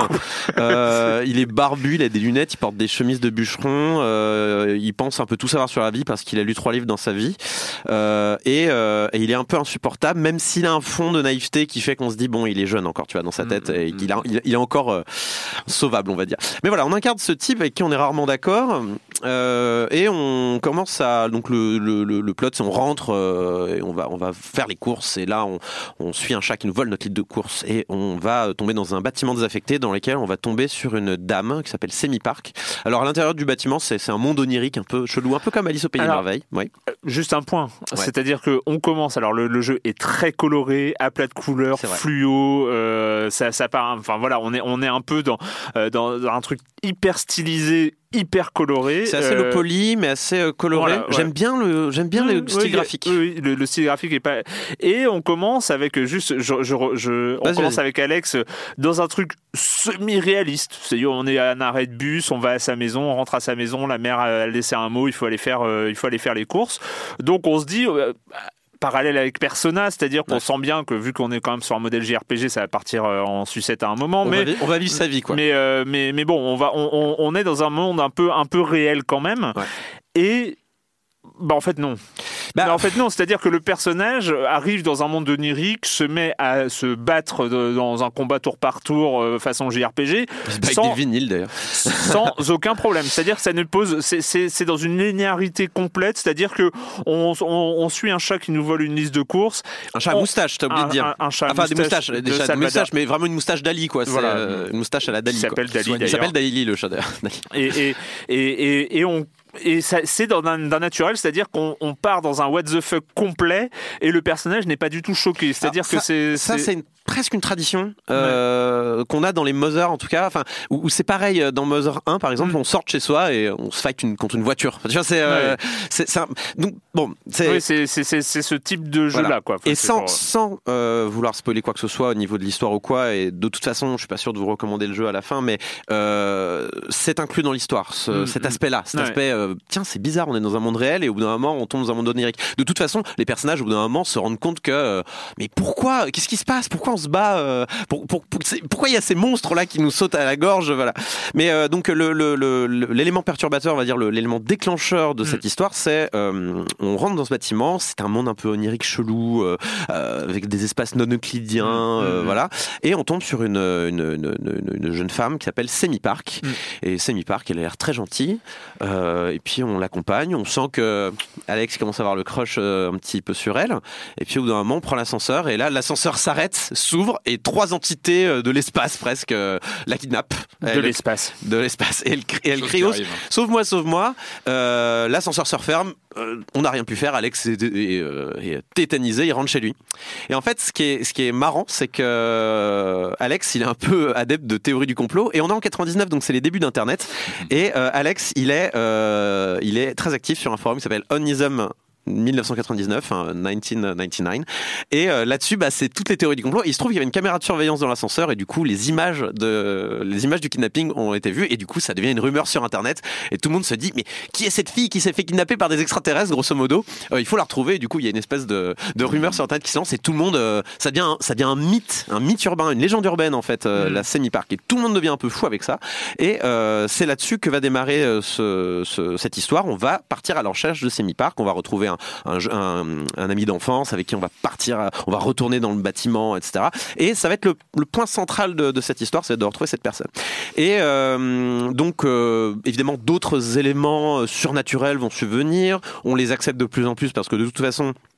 euh, il est barbu, il a des lunettes, il porte des chemises de bûcheron. Euh, il pense un peu tout savoir sur la vie parce qu'il a lu trois livres dans sa vie. Euh, et Euh, et il est un peu insupportable, même s'il a un fond de naïveté qui fait qu'on se dit bon, il est jeune encore, tu vois, dans sa tête, mmh, et il, a, il, il est encore euh, sauvable, on va dire. Mais voilà, on incarne ce type avec qui on est rarement d'accord, euh, et on commence à donc le, le, le, le plot, c'est on rentre euh, et on va on va faire les courses, et là on, on suit un chat qui nous vole notre litre de course, et on va tomber dans un bâtiment désaffecté dans lequel on va tomber sur une dame qui s'appelle Semi Park. Alors à l'intérieur du bâtiment, c'est, c'est un monde onirique un peu chelou, un peu comme Alice au Pays des Merveilles. Oui. Juste un point, ouais. C'est-à-dire que on commence, alors le, le jeu est très coloré, à plat de couleurs, fluo, euh, ça, ça part, enfin voilà, on est, on est un peu dans, euh, dans, dans un truc hyper stylisé, hyper coloré. C'est assez euh... low poly, mais assez euh, coloré. Voilà, ouais. J'aime bien le, j'aime bien mmh, le style oui, graphique. Oui, le, le style graphique est pas. Et on commence avec juste, je, je, je on vas-y, commence vas-y. avec Alex dans un truc semi-réaliste. C'est-à-dire, on est à un arrêt de bus, on va à sa maison, on rentre à sa maison, la mère a laissé un mot, il faut aller faire, euh, il faut aller faire les courses. Donc on se dit. Euh, parallèle avec Persona, c'est-à-dire qu'on ouais. sent bien que vu qu'on est quand même sur un modèle J R P G, ça va partir en sucette à un moment. On, mais, va, on va vivre sa vie, quoi. Mais, euh, mais, mais bon, on, va, on, on est dans un monde un peu, un peu réel quand même. Ouais. Et bah en fait non. Bah, bah en fait non, c'est-à-dire que le personnage arrive dans un monde onirique, se met à se battre de, dans un combat tour par tour euh, façon J R P G, sans, avec des vinyles d'ailleurs, sans aucun problème. C'est-à-dire que ça ne pose, c'est, c'est, c'est dans une linéarité complète, c'est-à-dire que on, on, on suit un chat qui nous vole une liste de courses. Un chat à moustache, t'as oublié un, de dire. Un, un chat enfin moustache des moustaches, des chats de moustache, mais vraiment une moustache Dali, quoi. C'est voilà. euh, une moustache à la Dali. Il s'appelle quoi. Dali. Il d'ailleurs. s'appelle Dali le chat d'ailleurs. Et et et et, et on Et ça, c'est dans un, d'un naturel, c'est-à-dire qu'on on part dans un what the fuck complet et le personnage n'est pas du tout choqué. C'est-à-dire Alors, que c'est, ça, c'est... c'est une, presque une tradition euh, ouais. qu'on a dans les Mother en tout cas. Enfin, où, où c'est pareil dans Mother un par exemple, mm. on sort de chez soi et on se fight une, contre une voiture. Enfin, tu vois, c'est, euh, ouais. c'est, c'est un, donc bon, c'est, oui, c'est, c'est, c'est, c'est ce type de jeu-là, voilà. quoi. Enfin, et sans, pour... sans euh, vouloir spoiler quoi que ce soit au niveau de l'histoire ou quoi. Et de toute façon, je suis pas sûr de vous recommander le jeu à la fin, mais euh, c'est inclus dans l'histoire, ce, mm. cet aspect-là, cet ouais. aspect. Euh, tiens, c'est bizarre. On est dans un monde réel et au bout d'un moment on tombe dans un monde onirique. De toute façon, les personnages au bout d'un moment se rendent compte que euh, mais pourquoi, qu'est-ce qui se passe, pourquoi on se bat, euh, pour, pour, pour, pourquoi il y a ces monstres là qui nous sautent à la gorge, voilà. Mais euh, donc le, le, le, l'élément perturbateur, on va dire le, l'élément déclencheur de mmh. cette histoire, c'est euh, on rentre dans ce bâtiment, c'est un monde un peu onirique, chelou, euh, euh, avec des espaces non euclidiens, mmh. euh, voilà, et on tombe sur une, une, une, une, une jeune femme qui s'appelle Semi Park, mmh. et Semi Park, elle a l'air très gentille, euh, et puis on l'accompagne, on sent que Alex commence à avoir le crush euh, un petit peu sur elle, et puis au bout d'un moment on prend l'ascenseur et là l'ascenseur s'arrête, s'ouvre et trois entités euh, de l'espace presque euh, la kidnappent de elle, l'espace de l'espace et elle, et elle crie oh, sauve-moi sauve-moi euh, l'ascenseur se referme, euh, on n'a rien pu faire, Alex est, est, est, est tétanisé, il rentre chez lui et en fait ce qui est, ce qui est marrant c'est que euh, Alex il est un peu adepte de théorie du complot et on est en quatre-vingt-dix-neuf donc c'est les débuts d'internet et euh, Alex il est, euh, il est très actif sur un forum qui s'appelle Onism dix-neuf cent quatre-vingt-dix-neuf, hein, dix-neuf cent quatre-vingt-dix-neuf, et euh, là-dessus, bah, c'est toutes les théories du complot. Et il se trouve qu'il y avait une caméra de surveillance dans l'ascenseur, et du coup, les images de, les images du kidnapping ont été vues, et du coup, ça devient une rumeur sur Internet, et tout le monde se dit, mais qui est cette fille qui s'est fait kidnapper par des extraterrestres, grosso modo euh, il faut la retrouver. Et du coup, il y a une espèce de, de rumeur sur Internet qui se lance, et tout le monde, euh, ça devient, un, ça devient un mythe, un mythe urbain, une légende urbaine en fait, euh, mmh. la Semi Park, et tout le monde devient un peu fou avec ça. Et euh, c'est là-dessus que va démarrer euh, ce, ce, cette histoire. On va partir à la recherche de Semi Park, on va retrouver un, un, un Un, un ami d'enfance avec qui on va partir, on va retourner dans le bâtiment, et cetera. Et ça va être le, le point central de, de cette histoire, c'est de retrouver cette personne. Et euh, donc, euh, évidemment, d'autres éléments surnaturels vont subvenir. On les accepte de plus en plus parce que de toute façon,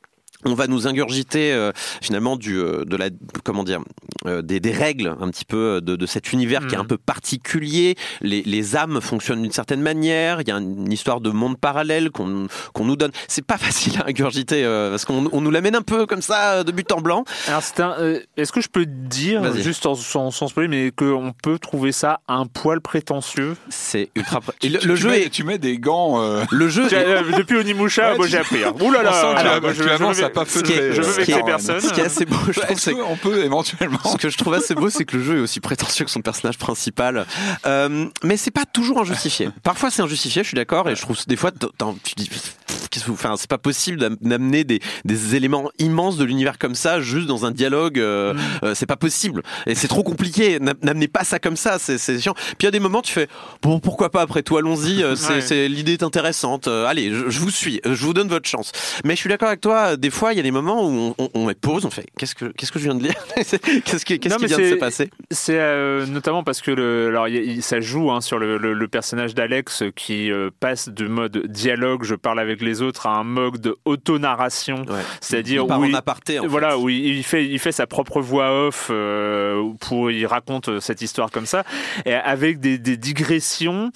on va nous ingurgiter euh, finalement du euh, de la comment dire euh, des, des règles un petit peu de, de cet univers mmh. qui est un peu particulier. Les, les âmes fonctionnent d'une certaine manière. Il y a une histoire de monde parallèle qu'on qu'on nous donne. C'est pas facile à ingurgiter euh, parce qu'on on nous l'amène un peu comme ça de but en blanc. Alors c'est un, euh, est-ce que je peux dire Vas-y. juste en, sans, sans spoiler, mais qu'on peut trouver ça un poil prétentieux. C'est ultra. tu, le, tu, le tu jeu mets, est... tu mets des gants. Euh... Le jeu. Euh, depuis Onimusha, ouais, moi tu... j'ai appris. Hein. Ouh là là. Alors, moi, je, je, je, vais, pas feutré, je veux vexer personne. Ce qui est assez beau, je trouve, c'est qu'on peut éventuellement. Ce que je trouve assez beau, c'est que le jeu est aussi prétentieux que son personnage principal. Euh, mais c'est pas toujours injustifié. Parfois, c'est injustifié, je suis d'accord, et je trouve des fois, tu dis, enfin, c'est pas possible d'amener des, des éléments immenses de l'univers comme ça, juste dans un dialogue. Euh, mm. euh, c'est pas possible. Et c'est trop compliqué. N'amenez pas ça comme ça. C'est, c'est chiant. Puis il y a des moments, tu fais, bon, pourquoi pas après tout, allons-y. C'est, ouais. c'est, l'idée est intéressante. Euh, allez, je, je vous suis. Je vous donne votre chance. Mais je suis d'accord avec toi. Des fois, il y a des moments où on, on met pause, on fait, qu'est-ce que, qu'est-ce que je viens de lire? Qu'est-ce qui, qu'est-ce qui vient de se passer? C'est euh, notamment parce que le, alors y a, ça joue hein, sur le, le, le personnage d'Alex qui euh, passe de mode dialogue, je parle avec les autres, à un mode auto-narration, ouais. c'est-à-dire il où il, aparté, en voilà, fait. où il fait, il fait sa propre voix off, euh, pour il raconte cette histoire comme ça, et avec des, des digressions.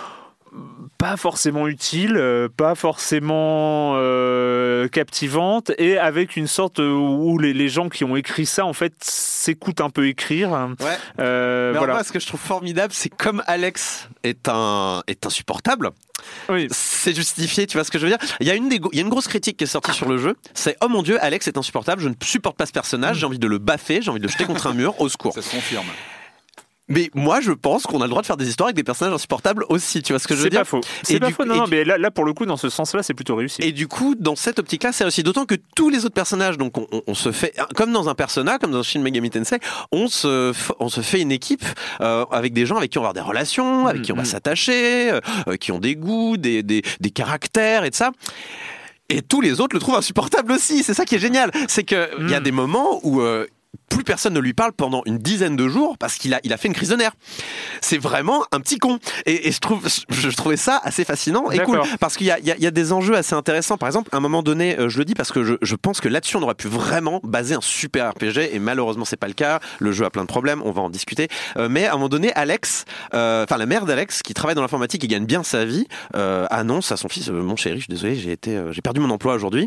Pas forcément utile, euh, pas forcément euh, captivante, et avec une sorte où les, les gens qui ont écrit ça en fait s'écoutent un peu écrire. Ouais. Euh, Mais voilà. en vrai, ce que je trouve formidable, c'est comme Alex est un est insupportable. Oui. C'est justifié, tu vois ce que je veux dire. Il y a une des, il y a une grosse critique qui est sortie sur le jeu. C'est oh mon Dieu, Alex est insupportable. Je ne supporte pas ce personnage. J'ai envie de le baffer. J'ai envie de le jeter contre un mur. Au secours. Ça se confirme. Mais moi, je pense qu'on a le droit de faire des histoires avec des personnages insupportables aussi. Tu vois ce que je veux c'est dire? Pas faux. C'est et pas du, faux. Non, non, du... mais là, là, pour le coup, dans ce sens-là, c'est plutôt réussi. Et du coup, dans cette optique-là, c'est aussi d'autant que tous les autres personnages, donc on, on, on se fait, comme dans un Persona, comme dans Shin Megami Tensei, on se, on se fait une équipe euh, avec des gens avec qui on va avoir des relations, avec mmh, qui on va mmh. s'attacher, euh, qui ont des goûts, des, des, des caractères et de ça. Et tous les autres le trouvent insupportable aussi. C'est ça qui est génial. C'est que il mmh. y a des moments où euh, plus personne ne lui parle pendant une dizaine de jours parce qu'il a, il a fait une crise de nerfs. C'est vraiment un petit con. Et, et je trouve, je trouvais ça assez fascinant et D'accord. cool. Parce qu'il y a, il y a, il y a des enjeux assez intéressants. Par exemple, à un moment donné, je le dis parce que je, je pense que là-dessus, on aurait pu vraiment baser un super R P G et malheureusement, c'est pas le cas. Le jeu a plein de problèmes. On va en discuter. Euh, mais à un moment donné, Alex, euh, enfin, la mère d'Alex, qui travaille dans l'informatique et gagne bien sa vie, euh, annonce à son fils, mon chéri, je suis désolé, j'ai été, euh, j'ai perdu mon emploi aujourd'hui.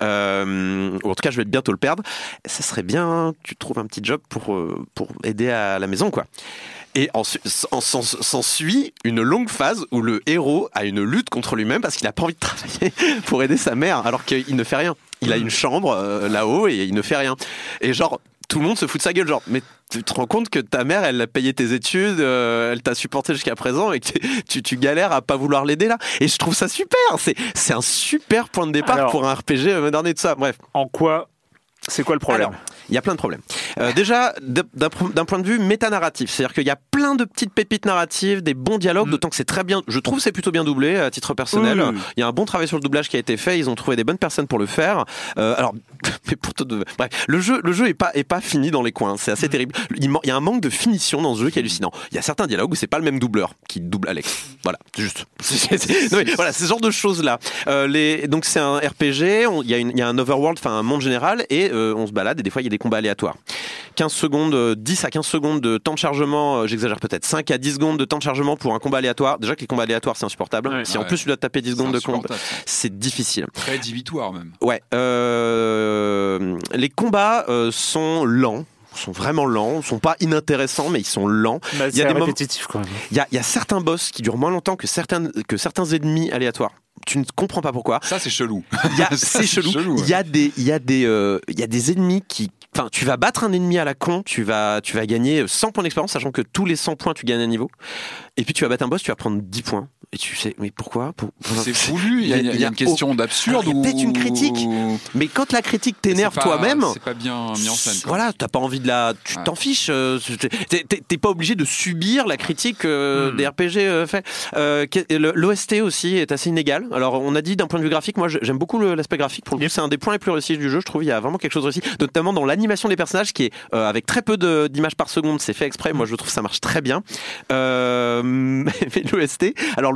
Euh, ou en tout cas, je vais bientôt le perdre. Ça serait bien, tu trouves un petit job pour, euh, pour aider à la maison, quoi. Et s'ensuit une longue phase où le héros a une lutte contre lui-même parce qu'il n'a pas envie de travailler pour aider sa mère alors qu'il ne fait rien. Il a une chambre euh, là-haut et il ne fait rien. Et genre, tout le monde se fout de sa gueule, genre, mais tu te rends compte que ta mère, elle a payé tes études, euh, elle t'a supporté jusqu'à présent et que tu, tu galères à pas vouloir l'aider là. Et je trouve ça super. C'est, c'est un super point de départ Alors, pour un R P G moderne et tout ça. Bref. En quoi C'est quoi le problème? Alors, il y a plein de problèmes. Euh, déjà, d'un, d'un point de vue méta-narratif, c'est-à-dire qu'il y a plein de petites pépites narratives, des bons dialogues, mmh. d'autant que c'est très bien, je trouve que c'est plutôt bien doublé à titre personnel. Mmh. Il y a un bon travail sur le doublage qui a été fait, ils ont trouvé des bonnes personnes pour le faire. Euh, alors, mais pour tout de... Bref, le jeu, le jeu est pas, est pas fini dans les coins, c'est assez mmh. terrible. Il, man... il y a un manque de finition dans ce jeu qui est hallucinant. Il y a certains dialogues où c'est pas le même doubleur qui double Alex. Voilà, c'est juste. C'est, c'est... Non, mais, voilà, c'est ce genre de choses-là. Euh, les... Donc c'est un R P G, il y a une, il y a un overworld, enfin un monde général, et euh, on se balade, et des fois il y a des combats aléatoires. quinze secondes, dix à quinze secondes de temps de chargement, j'exagère peut-être, cinq à dix secondes de temps de chargement pour un combat aléatoire. Déjà que les combats aléatoires c'est insupportable. Ouais, si ouais. en plus tu dois te taper dix secondes de combat, c'est difficile. Très divitoire même. Ouais. Euh, les combats euh, sont lents. sont vraiment lents, sont pas inintéressants, mais ils sont lents. Bah, il y a des répétitifs quand même. Il y a, il y a certains boss qui durent moins longtemps que certains, que certains ennemis aléatoires. Tu ne comprends pas pourquoi. Ça c'est chelou. Il y a, c'est chelou. chelou ouais. Il y a des, il y a des, euh, il y a des ennemis qui, enfin, tu vas battre un ennemi à la con, tu vas, tu vas gagner cent points d'expérience, sachant que tous les cent points tu gagnes un niveau. Et puis tu vas battre un boss, tu vas prendre dix points. Et tu sais, mais pourquoi pour, pour... C'est voulu, il y a, il y a, il y a une question oh, d'absurde. Il y a peut-être une critique, mais quand la critique t'énerve pas, toi-même, c'est pas bien mis en scène. Quoi. Voilà, t'as pas envie de la, tu ouais. t'en fiches. T'es, t'es, t'es pas obligé de subir la critique euh, hmm. des R P G euh, faits. Euh, L'O S T aussi est assez inégal. Alors on a dit d'un point de vue graphique, moi j'aime beaucoup l'aspect graphique. Pour le coup, c'est un des points les plus réussis du jeu. Je trouve il y a vraiment quelque chose de réussi, notamment dans l'animation des personnages qui est euh, avec très peu de, d'images par seconde. C'est fait exprès. Moi je trouve ça marche très bien. Euh, mais l'O S T, alors l'O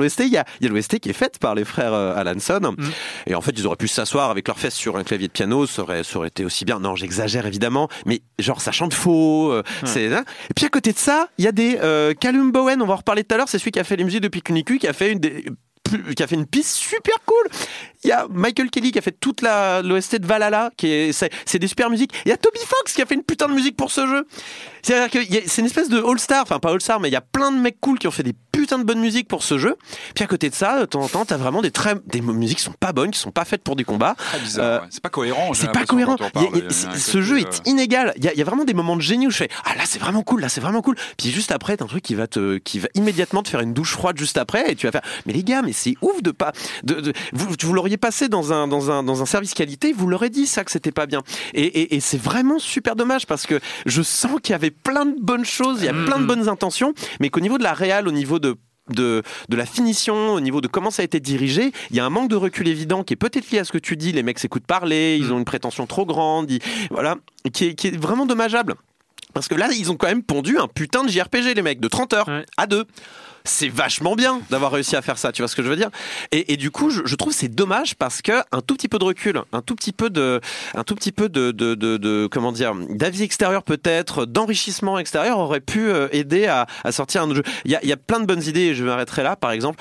l'O S T, il y a, il y a l'O S T qui est faite par les frères euh, Alanson. Mm. Et en fait, ils auraient pu s'asseoir avec leurs fesses sur un clavier de piano, ça aurait, ça aurait été aussi bien. Non, j'exagère évidemment, mais genre ça chante faux. Euh, mm. c'est, hein. Et puis à côté de ça, il y a des euh, Callum Bowen, on va en reparler tout à l'heure, c'est celui qui a fait les musiques de Pikuniku, qui a fait une des qui a fait une piste super cool. Il y a Michael Kelly qui a fait toute la l'O S T de Valhalla, qui est c'est, c'est des super musiques. Il y a Toby Fox qui a fait une putain de musique pour ce jeu. C'est-à-dire que y a, c'est une espèce de all-star, enfin pas all-star, mais il y a plein de mecs cool qui ont fait des putains de bonnes musiques pour ce jeu. Puis à côté de ça, de temps en temps, t'as vraiment des très des musiques qui sont pas bonnes, qui sont pas faites pour des combats. Très bizarre. Euh, ouais. C'est pas cohérent. C'est pas cohérent. Parle, y a, y a, c'est, ce jeu euh... est inégal. Il y, y a vraiment des moments de génie où je fais ah là c'est vraiment cool, là c'est vraiment cool. Puis juste après, t'as un truc qui va te qui va immédiatement te faire une douche froide juste après, et tu vas faire mais les gars, mais c'est ouf de pas de, de vous, vous l'auriez passé dans un dans un dans un service qualité, vous l'aurez dit ça que c'était pas bien. Et, et, et c'est vraiment super dommage parce que je sens qu'il y avait plein de bonnes choses, il y a plein de bonnes intentions, mais qu'au niveau de la réal, au niveau de De, de la finition, au niveau de comment ça a été dirigé, il y a un manque de recul évident qui est peut-être lié à ce que tu dis, les mecs s'écoutent parler, ils ont une prétention trop grande, ils, voilà, qui est, qui est vraiment dommageable. Parce que là, ils ont quand même pondu un putain de J R P G, les mecs, de trente heures, ouais. à deux. C'est vachement bien d'avoir réussi à faire ça, tu vois ce que je veux dire ? Et, et du coup, je, je trouve que c'est dommage parce que un tout petit peu de recul, un tout petit peu de, un tout petit peu de, de, de, de comment dire, d'avis extérieur peut-être, d'enrichissement extérieur aurait pu aider à, à sortir un jeu. Il y a, il y a plein de bonnes idées et je m'arrêterai là. Par exemple,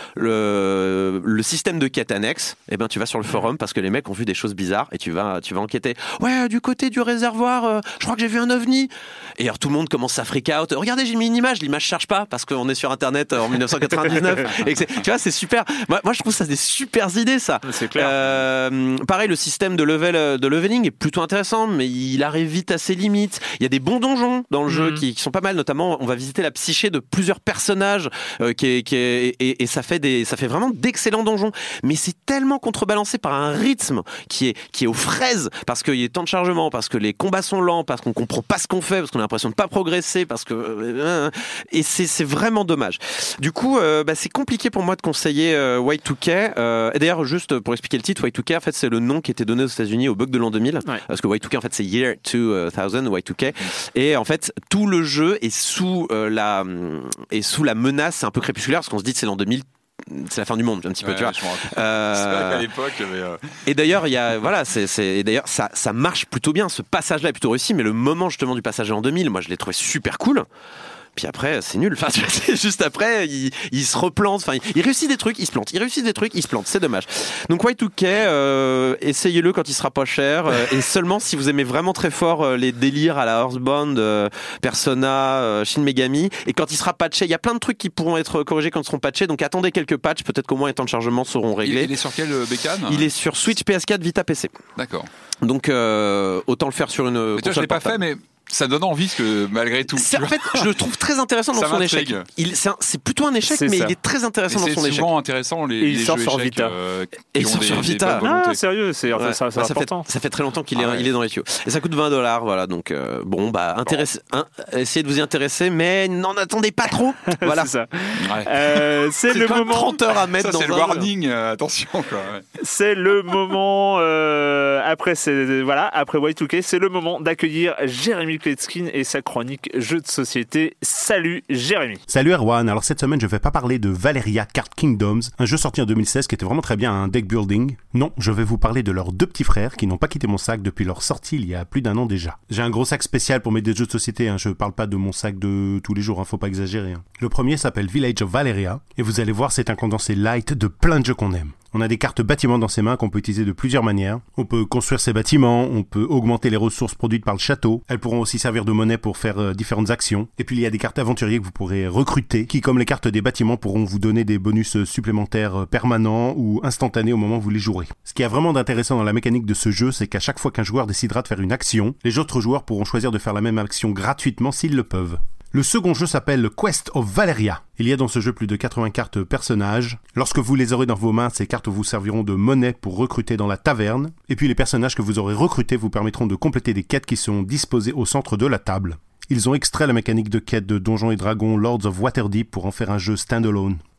le, le système de quête annexe. Eh ben, tu vas sur le forum parce que les mecs ont vu des choses bizarres et tu vas, tu vas enquêter. Ouais, du côté du réservoir, euh, je crois que j'ai vu un ovni. Et alors tout le monde commence à freak out. Regardez, j'ai mis une image, l'image charge pas parce qu'on est sur Internet en dix-neuf cent quatre-vingt-dix-neuf et que c'est, tu vois, c'est super. Moi, moi je trouve ça des super idées, ça. C'est clair. Euh, pareil, le système de level de leveling est plutôt intéressant, mais il arrive vite à ses limites. Il y a des bons donjons dans le mmh. jeu qui, qui sont pas mal, notamment on va visiter la psyché de plusieurs personnages euh, qui est, qui est, et, et ça fait des ça fait vraiment d'excellents donjons, mais c'est tellement contrebalancé par un rythme qui est qui est aux fraises parce qu'il y a tant de chargement, parce que les combats sont lents, parce qu'on comprend pas ce qu'on fait, parce qu'on a l'impression de pas progresser, parce que euh, et c'est c'est vraiment dommage. Du coup, euh, bah, c'est compliqué pour moi de conseiller euh, Y deux K. Euh, et d'ailleurs, juste pour expliquer le titre, Y deux K, en fait, c'est le nom qui était donné aux États-Unis au bug de l'an deux mille, ouais. Parce que Y deux K, en fait, c'est Year deux mille, Y deux K. Et en fait, tout le jeu est sous euh, la est sous la menace, c'est un peu crépusculaire, parce qu'on se dit que c'est l'an deux mille. C'est la fin du monde un petit peu, ouais, tu vois. Euh... C'est vrai qu'à l'époque, mais euh... et d'ailleurs, il y a voilà, c'est, c'est et d'ailleurs ça ça marche plutôt bien. Ce passage-là est plutôt réussi, mais le moment justement du passage en deux mille, moi je l'ai trouvé super cool. Puis après, c'est nul. Enfin, juste après, il, il se replante. Enfin, il, il réussit des trucs, il se plante. Il réussit des trucs, il se plante. C'est dommage. Donc, Y deux K, euh, essayez-le quand il sera pas cher. Euh, et seulement si vous aimez vraiment très fort euh, les délires à la Earthbound, euh, Persona, euh, Shin Megami. Et quand il sera patché, il y a plein de trucs qui pourront être corrigés quand ils seront patchés. Donc, attendez quelques patchs. Peut-être qu'au moins les temps de chargement seront réglés. Il, il est sur quelle bécane ? Il est sur Switch, P S quatre, Vita, P C. D'accord. Donc, euh, autant le faire sur une. Mais toi, je l'ai pas fait, mais. Ça donne envie, parce que malgré tout. C'est, en fait, je le trouve très intéressant dans son échec. Il, c'est, un, c'est plutôt un échec, c'est mais ça. Il est très intéressant mais dans son échec. C'est souvent intéressant les, et il les sort jeux sur échecs, Vita. Euh, et il sort sur Vita. Ah, sérieux, c'est, ouais. ça, c'est bah, ça, important. Fait, ça fait très longtemps qu'il est, ah ouais. il est dans les tuyaux. Et ça coûte vingt dollars, voilà. Donc, euh, bon, bah, intéresse, bon. Hein, essayez de vous y intéresser, mais n'en attendez pas trop. Voilà. C'est ça. Ouais. Euh, c'est, c'est le moment. trente heures à mettre ça, dans c'est un. le warning, euh, attention, quoi. Ouais. C'est le moment, euh, après, c'est, voilà, après Y deux K, c'est le moment d'accueillir Jérémy Kletskin et sa chronique jeux de société. Salut Jérémy. Salut Erwan. Alors cette semaine je vais pas parler de Valeria Card Kingdoms, un jeu sorti en deux mille seize qui était vraiment très bien, un deck building. Non, je vais vous parler de leurs deux petits frères qui n'ont pas quitté mon sac depuis leur sortie il y a plus d'un an déjà. J'ai un gros sac spécial pour mettre des jeux de société, hein. Je parle pas de mon sac de tous les jours, hein. Faut pas exagérer. Hein. Le premier s'appelle Village of Valeria et vous allez voir c'est un condensé light de plein de jeux qu'on aime. On a des cartes bâtiments dans ses mains qu'on peut utiliser de plusieurs manières. On peut construire ses bâtiments, on peut augmenter les ressources produites par le château. Elles pourront aussi servir de monnaie pour faire euh, différentes actions. Et puis il y a des cartes aventuriers que vous pourrez recruter, qui comme les cartes des bâtiments pourront vous donner des bonus supplémentaires permanents ou instantanés au moment où vous les jouerez. Ce qui est vraiment d'intéressant dans la mécanique de ce jeu, c'est qu'à chaque fois qu'un joueur décidera de faire une action, les autres joueurs pourront choisir de faire la même action gratuitement s'ils le peuvent. Le second jeu s'appelle Quest of Valeria. Il y a dans ce jeu plus de quatre-vingts cartes personnages. Lorsque vous les aurez dans vos mains, ces cartes vous serviront de monnaie pour recruter dans la taverne. Et puis les personnages que vous aurez recrutés vous permettront de compléter des quêtes qui sont disposées au centre de la table. Ils ont extrait la mécanique de quête de Donjons et Dragons Lords of Waterdeep pour en faire un jeu standalone.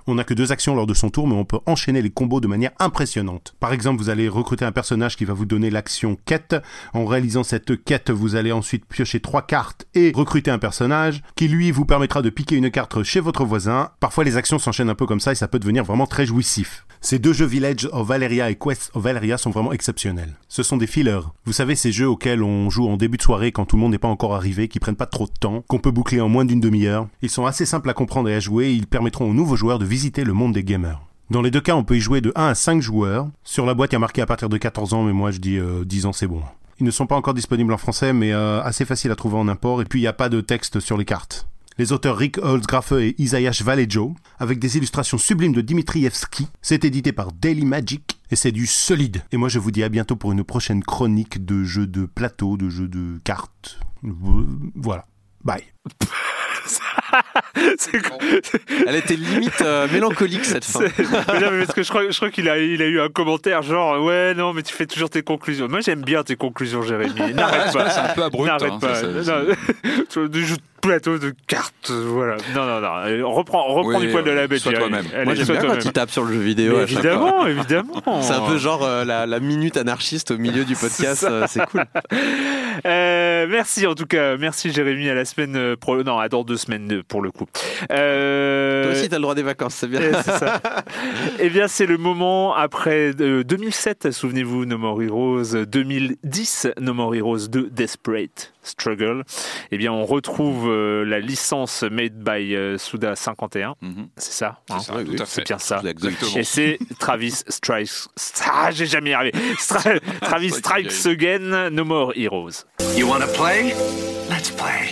On n'a que deux actions lors de son tour, mais on peut enchaîner les combos de manière impressionnante. Par exemple, vous allez recruter un personnage qui va vous donner l'action quête. En réalisant cette quête, vous allez ensuite piocher trois cartes et recruter un personnage qui, lui, vous permettra de piquer une carte chez votre voisin. Parfois, les actions s'enchaînent un peu comme ça et ça peut devenir vraiment très jouissif. Ces deux jeux Village of Valeria et Quest of Valeria sont vraiment exceptionnels. Ce sont des fillers. Vous savez, ces jeux auxquels on joue en début de soirée quand tout le monde n'est pas encore arrivé, qui prennent pas trop de temps, qu'on peut boucler en moins d'une demi-heure. Ils sont assez simples à comprendre et à jouer et ils permettront aux nouveaux joueurs de visiter le monde des gamers. Dans les deux cas, on peut y jouer de un à cinq joueurs. Sur la boîte, il y a marqué à partir de quatorze ans, mais moi je dis euh, dix ans, c'est bon. Ils ne sont pas encore disponibles en français, mais euh, assez faciles à trouver en import, et puis il n'y a pas de texte sur les cartes. Les auteurs Rick Holzgrafe et Isaiah Vallejo, avec des illustrations sublimes de Dimitrievski. C'est édité par Daily Magic et c'est du solide. Et moi je vous dis à bientôt pour une prochaine chronique de jeux de plateau, de jeux de cartes. Voilà. Bye. C'est... Elle était limite euh, mélancolique cette fin. C'est... Non, mais parce que je crois, je crois qu'il a, il a eu un commentaire genre ouais non mais tu fais toujours tes conclusions. Moi j'aime bien tes conclusions, Jérémy. N'arrête pas. C'est un peu abrupt. N'arrête hein, pas. c'est, c'est, c'est... Du jeu de plateau de cartes, voilà. Non non non. Reprends, reprends oui, du poil de la bête. Sois toi-même. Allez, Moi j'aime bien quand tu tapes sur le jeu vidéo. Mais à chaque évidemment, fois. évidemment. C'est un peu genre euh, la, la minute anarchiste au milieu du podcast. c'est, euh, c'est cool. Euh, merci en tout cas, merci Jérémy. À la semaine pro. Non, à dans deux semaines pour le coup. Euh... Toi aussi, t'as le droit des vacances, c'est bien. C'est ça. Eh bien, c'est le moment après euh, deux mille sept, souvenez-vous, No More Heroes, deux mille dix, No More Heroes deux, Desperate Struggle. Eh bien, on retrouve euh, la licence made by euh, Suda cinquante et un. Mm-hmm. C'est ça, hein, c'est ça, tout à fait. C'est bien ça. Exactement. Et c'est Travis Strikes. Ah, j'ai jamais y arrivé. Stra... Travis Strikes Again, No More Heroes. You wanna play? Let's play.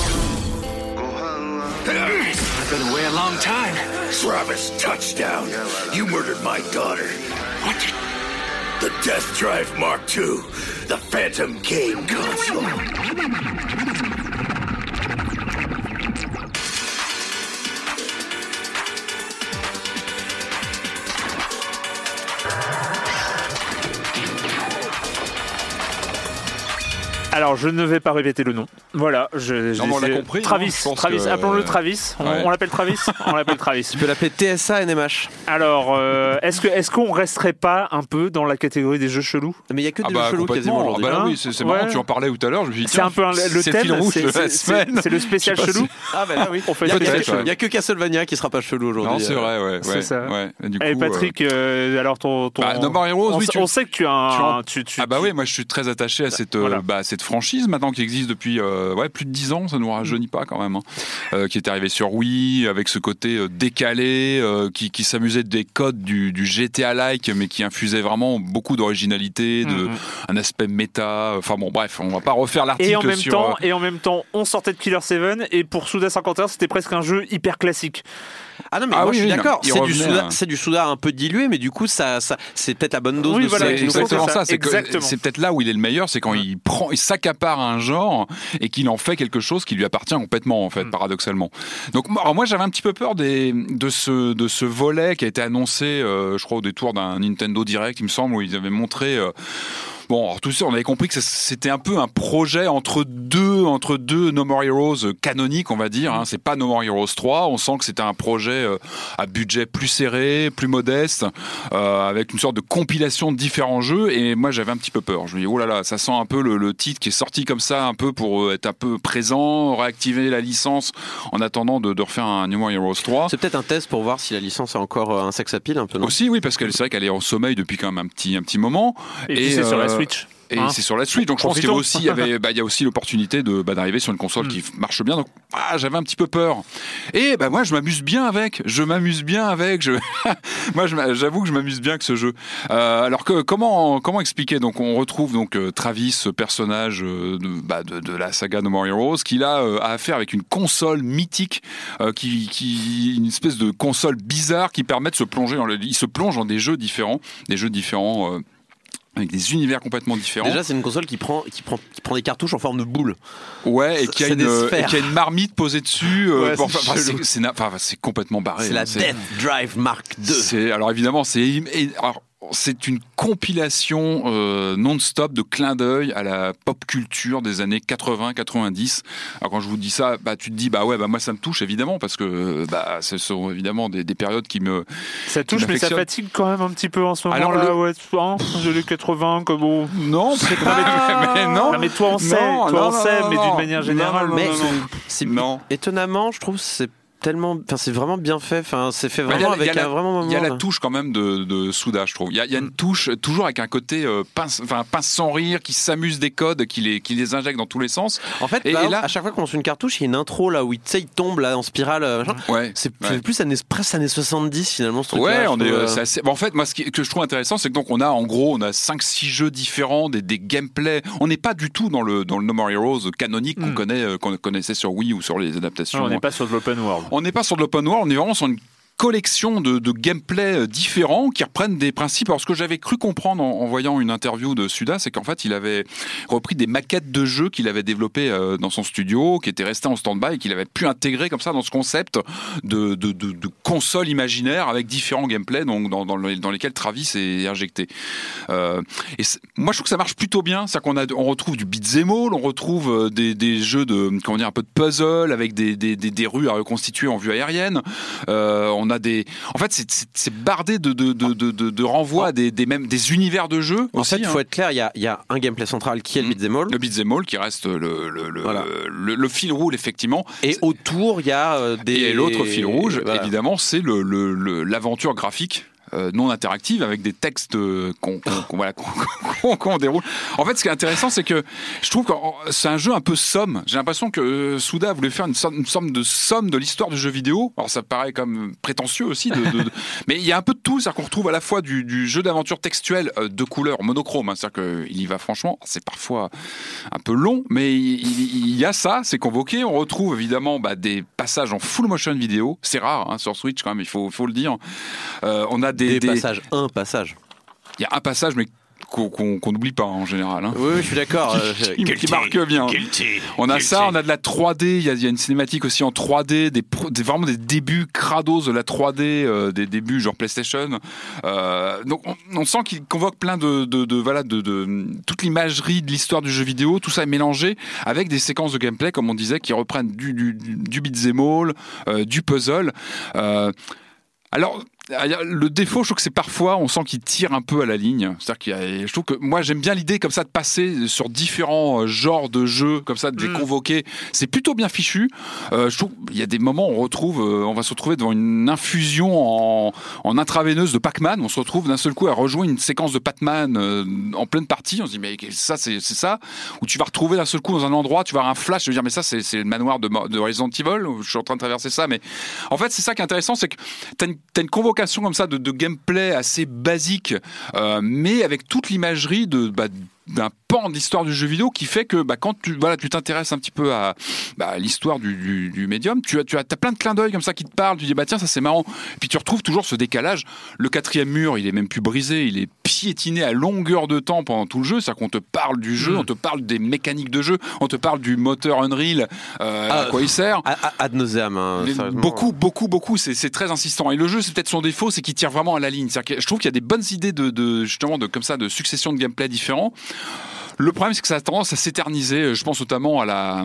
I've been away a long time. Travis, touchdown. You murdered my daughter. What? The Death Drive Mark two. The Phantom Game Console. Alors, je ne vais pas répéter le nom. Voilà, je, non, on l'a compris. Travis, non, Travis, que... appelons-le Travis. On, ouais. on l'appelle Travis. On l'appelle Travis. Tu peux l'appeler T S A N M H. Alors, euh, est-ce que est-ce qu'on resterait pas un peu dans la catégorie des jeux chelous? Mais il y a que des ah bah, jeux chelous quasiment aujourd'hui. Ah bah hein oui, c'est, c'est ouais. marrant. Tu en parlais tout à l'heure. Je me suis dit, c'est un peu un, le c'est thème. Le fil rouge c'est, de la c'est, semaine. c'est, c'est le spécial chelou. Ah bah là oui. On fait il y a, spécial chelou. Il y a que Castlevania qui sera pas chelou aujourd'hui. Non, c'est vrai, ouais. C'est ouais, ça. Ouais. Et du Allez, coup, Patrick, euh, alors ton, ton... Bah, No More Heroes, on, oui, tu... on sait que tu as un. tu en... tu, tu, ah bah oui, moi je suis très attaché à cette, voilà. euh, bah, cette franchise maintenant qui existe depuis euh, ouais, plus de dix ans, ça nous rajeunit pas quand même, hein. euh, qui est arrivé sur Wii avec ce côté euh, décalé, euh, qui, qui s'amusait des codes du, du G T A-like, mais qui infusait vraiment beaucoup d'originalité, de, mm-hmm. un aspect méta. Enfin bon, bref, on va pas refaire l'article et en même sur. Temps, euh... Et en même temps, on sortait de Killer sept et pour Suda cinquante et un, c'était presque un jeu hyper classique. Ah non mais ah moi oui, je suis oui, d'accord, c'est du, Suda, à... c'est du Suda un peu dilué, mais du coup ça, ça c'est peut-être la bonne dose oui, de voilà, ça. C'est exactement ça, c'est, exactement. Que, c'est peut-être là où il est le meilleur, c'est quand il prend, il s'accapare un genre et qu'il en fait quelque chose qui lui appartient complètement en fait, mm. paradoxalement. Donc alors moi j'avais un petit peu peur des, de ce de ce volet qui a été annoncé, euh, je crois au détour d'un Nintendo Direct, il me semble, où ils avaient montré. Euh, Bon, alors tout ça, on avait compris que c'était un peu un projet entre deux, entre deux No More Heroes canoniques, on va dire. Hein. C'est pas No More Heroes trois. On sent que c'était un projet euh, à budget plus serré, plus modeste, euh, avec une sorte de compilation de différents jeux. Et moi, j'avais un petit peu peur. Je me dis, oh là là, ça sent un peu le, le titre qui est sorti comme ça, un peu pour euh, être un peu présent, réactiver la licence en attendant de, de refaire un No More Heroes trois. C'est peut-être un test pour voir si la licence a encore un sex appeal un peu. Non Aussi, oui, parce que c'est vrai qu'elle est en sommeil depuis quand même un petit, un petit moment. Et, et puis c'est euh, sur la Switch. Et hein c'est sur la Switch, donc je pense qu'il y a aussi, il y avait, bah, il y a aussi l'opportunité de, bah, d'arriver sur une console mm. qui marche bien. Donc, ah, j'avais un petit peu peur. Et bah, moi, je m'amuse bien avec. Je m'amuse bien avec. Je... moi, je, j'avoue que je m'amuse bien avec ce jeu. Euh, alors que comment, comment expliquer? Donc, on retrouve donc euh, Travis, ce personnage euh, de, bah, de, de la saga No More Heroes, qui là euh, a affaire avec une console mythique, euh, qui, qui, une espèce de console bizarre qui permet de se plonger dans le, il se plonge dans des jeux différents, des jeux différents. Euh, avec des univers complètement différents. Déjà, c'est une console qui prend, qui prend, qui prend des cartouches en forme de boule. Ouais, et qui a, une, et qui a une marmite posée dessus. Euh, ouais, pour, c'est, enfin, c'est, c'est, enfin, c'est complètement barré. C'est hein, la c'est, Death Drive Mark deux. C'est, alors évidemment, c'est... Et, alors, c'est une compilation euh, non-stop de clins d'œil à la pop culture des années quatre-vingts quatre-vingt-dix. Alors quand je vous dis ça, bah tu te dis bah ouais bah moi ça me touche évidemment parce que bah ce sont évidemment des, des périodes qui me ça touche mais ça fatigue quand même un petit peu en ce moment Alors, là le... ouais hein, les quatre-vingts que bon non c'est pas mais non. non mais toi on sait non, toi non, on non, sait non, mais d'une manière générale non, non, mais non, non. c'est non. étonnamment je trouve c'est tellement, enfin c'est vraiment bien fait. Enfin c'est fait vraiment a, avec la, un vraiment moment. Il y a la touche quand même de, de Souda, je trouve. Il y a, il y a une touche toujours avec un côté euh, pince, enfin pince sans rire, qui s'amuse des codes, qui les, qui les injecte dans tous les sens. En fait, et, bah, et là, à chaque fois qu'on lance une cartouche, il y a une intro là où il, il tombe là en spirale. Machin. Ouais. C'est ouais. plus années, presque années soixante-dix finalement. Ce truc ouais, là, on est. Euh... C'est assez... bon, en fait, moi, ce qui, que je trouve intéressant, c'est que donc on a en gros, on a cinq six jeux différents, des, des gameplays. On n'est pas du tout dans le dans le No More Heroes canonique mm. qu'on connaît, euh, qu'on connaissait sur Wii ou sur les adaptations. Non, on n'est pas sur de l'open world. On n'est pas sur de l'open world. On est vraiment sur une collection de, de gameplay différents qui reprennent des principes. Alors ce que j'avais cru comprendre en, en voyant une interview de Suda, c'est qu'en fait il avait repris des maquettes de jeux qu'il avait développées euh, dans son studio, qui étaient restées en stand-by et qu'il avait pu intégrer comme ça dans ce concept de, de, de, de console imaginaire avec différents gameplays donc, dans, dans, le, dans lesquels Travis est injecté. Euh, et moi je trouve que ça marche plutôt bien, c'est-à-dire qu'on a, on retrouve du beat'em all, on retrouve des, des jeux de, comment dire, un peu de puzzle avec des, des, des, des rues à reconstituer en vue aérienne. Euh, on a des, en fait, c'est, c'est, c'est bardé de, de, de, de, de renvois à des, des, même, des univers de jeux. En aussi, fait, il faut hein. être clair, il y a, y a un gameplay central qui est le mmh. beat'em all. Le beat'em all qui reste le, le, le, voilà. le, le fil rouge, effectivement. Et autour, il y a euh, des... Et l'autre fil rouge, voilà. évidemment, c'est le, le, le, l'aventure graphique. Euh, non interactive avec des textes euh, qu'on, qu'on, qu'on, voilà, qu'on, qu'on, qu'on déroule. En fait, ce qui est intéressant, c'est que je trouve que c'est un jeu un peu somme. J'ai l'impression que euh, Souda voulait faire une sorte, une sorte de somme de l'histoire du jeu vidéo. Alors, ça paraît comme prétentieux aussi, de, de, de... mais il y a un peu de tout. C'est-à-dire qu'on retrouve à la fois du, du jeu d'aventure textuel euh, de couleur monochrome. Hein, c'est-à-dire qu'il y va franchement. C'est parfois un peu long, mais il, il, il y a ça, c'est convoqué. On retrouve évidemment bah, des passages en full motion vidéo. C'est rare hein, sur Switch quand même, il faut, faut le dire. Euh, on a des Des, des passages, un passage. Il y a un passage, mais qu'on, qu'on, qu'on n'oublie pas en général. Hein. Oui, oui, je suis d'accord. qui, qui, qui marque bien. Guilty. On a Guilty. Ça, on a de la trois D. Il y a, il y a une cinématique aussi en trois D, des, des vraiment des débuts crados de la trois D, euh, des débuts genre PlayStation. Euh, donc on, on sent qu'il convoque plein de, de, de voilà, de, de toute l'imagerie de l'histoire du jeu vidéo. Tout ça est mélangé avec des séquences de gameplay, comme on disait, qui reprennent du du, du beat'em all, euh, du puzzle. Euh, alors le défaut, je trouve que c'est parfois, on sent qu'il tire un peu à la ligne. C'est-à-dire qu'il y a, je trouve que moi j'aime bien l'idée comme ça de passer sur différents genres de jeux, comme ça de les mmh. convoquer. C'est plutôt bien fichu. Euh, je trouve qu'il y a des moments où on retrouve, euh, on va se retrouver devant une infusion en, en intraveineuse de Pac-Man. On se retrouve d'un seul coup à rejoindre une séquence de Pac-Man euh, en pleine partie. On se dit mais ça c'est, c'est ça. Ou tu vas retrouver d'un seul coup dans un endroit, tu vas avoir un flash, tu vas dire mais ça c'est, c'est le manoir de, de Resident Evil. Je suis en train de traverser ça, mais en fait c'est ça qui est intéressant, c'est que t'as une, t'as une convocation comme ça de, de gameplay assez basique, euh, mais avec toute l'imagerie de, bah, d'un pan de l'histoire du jeu vidéo qui fait que bah, quand tu, voilà, tu t'intéresses un petit peu à bah, l'histoire du, du, du médium, tu as, tu as t'as plein de clins d'œil comme ça qui te parlent, tu dis bah tiens ça c'est marrant, et puis tu retrouves toujours ce décalage. Le quatrième mur il est même plus brisé, il est piétiné à longueur de temps pendant tout le jeu, c'est-à-dire qu'on te parle du jeu, mmh. on te parle des mécaniques de jeu, on te parle du moteur Unreal, euh, ah, à quoi il sert ad nauseam hein, beaucoup beaucoup beaucoup c'est, c'est très insistant, et le jeu c'est peut-être son défaut, c'est qu'il tire vraiment à la ligne. C'est-à-dire que je trouve qu'il y a des bonnes idées de, de justement de comme ça de succession de gameplay différents. Le problème, c'est que ça a tendance à s'éterniser. Je pense notamment à la,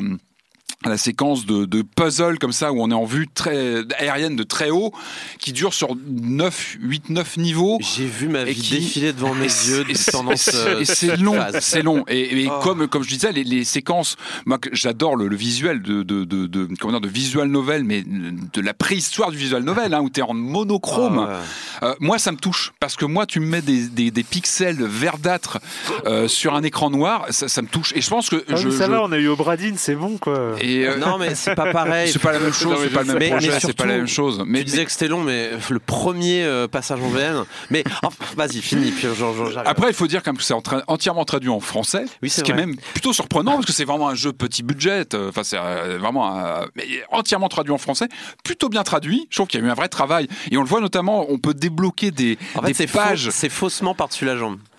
à la séquence de, de puzzle comme ça, où on est en vue très aérienne de très haut, qui dure sur neuf, huit, neuf niveaux. J'ai vu ma vie qui... défiler devant mes et yeux de pendant ce... Et c'est long, c'est long. Et, et oh. comme, comme je disais, les, les séquences, moi j'adore le, le visuel de, de, de, de, comment dire, de visual novel, mais de la préhistoire du visual novel, hein, où t'es en monochrome. Oh, ouais. Euh, moi, ça me touche, parce que moi, tu me mets des, des, des pixels verdâtres euh, sur un écran noir, ça, ça me touche. Et je pense que ah, je, ça je... va, on a eu Obradine, c'est bon, quoi. Et euh... non, mais c'est pas pareil. C'est pas la même chose, non, c'est pas le même mais, projet, mais surtout, c'est pas la même chose. Mais tu disais que c'était long, mais le premier euh, passage en V N. Mais enfin, vas-y, finis. Puis genre, genre, j'arrive. Après, il faut dire quand même que c'est tra- entièrement traduit en français, oui, ce vrai. qui est même plutôt surprenant parce que c'est vraiment un jeu petit budget. Enfin, c'est euh, vraiment un, mais entièrement traduit en français, plutôt bien traduit. Je trouve qu'il y a eu un vrai travail, et on le voit notamment. On peut débloquer des, en fait, des c'est pages. Faux, c'est faussement par-dessus la jambe.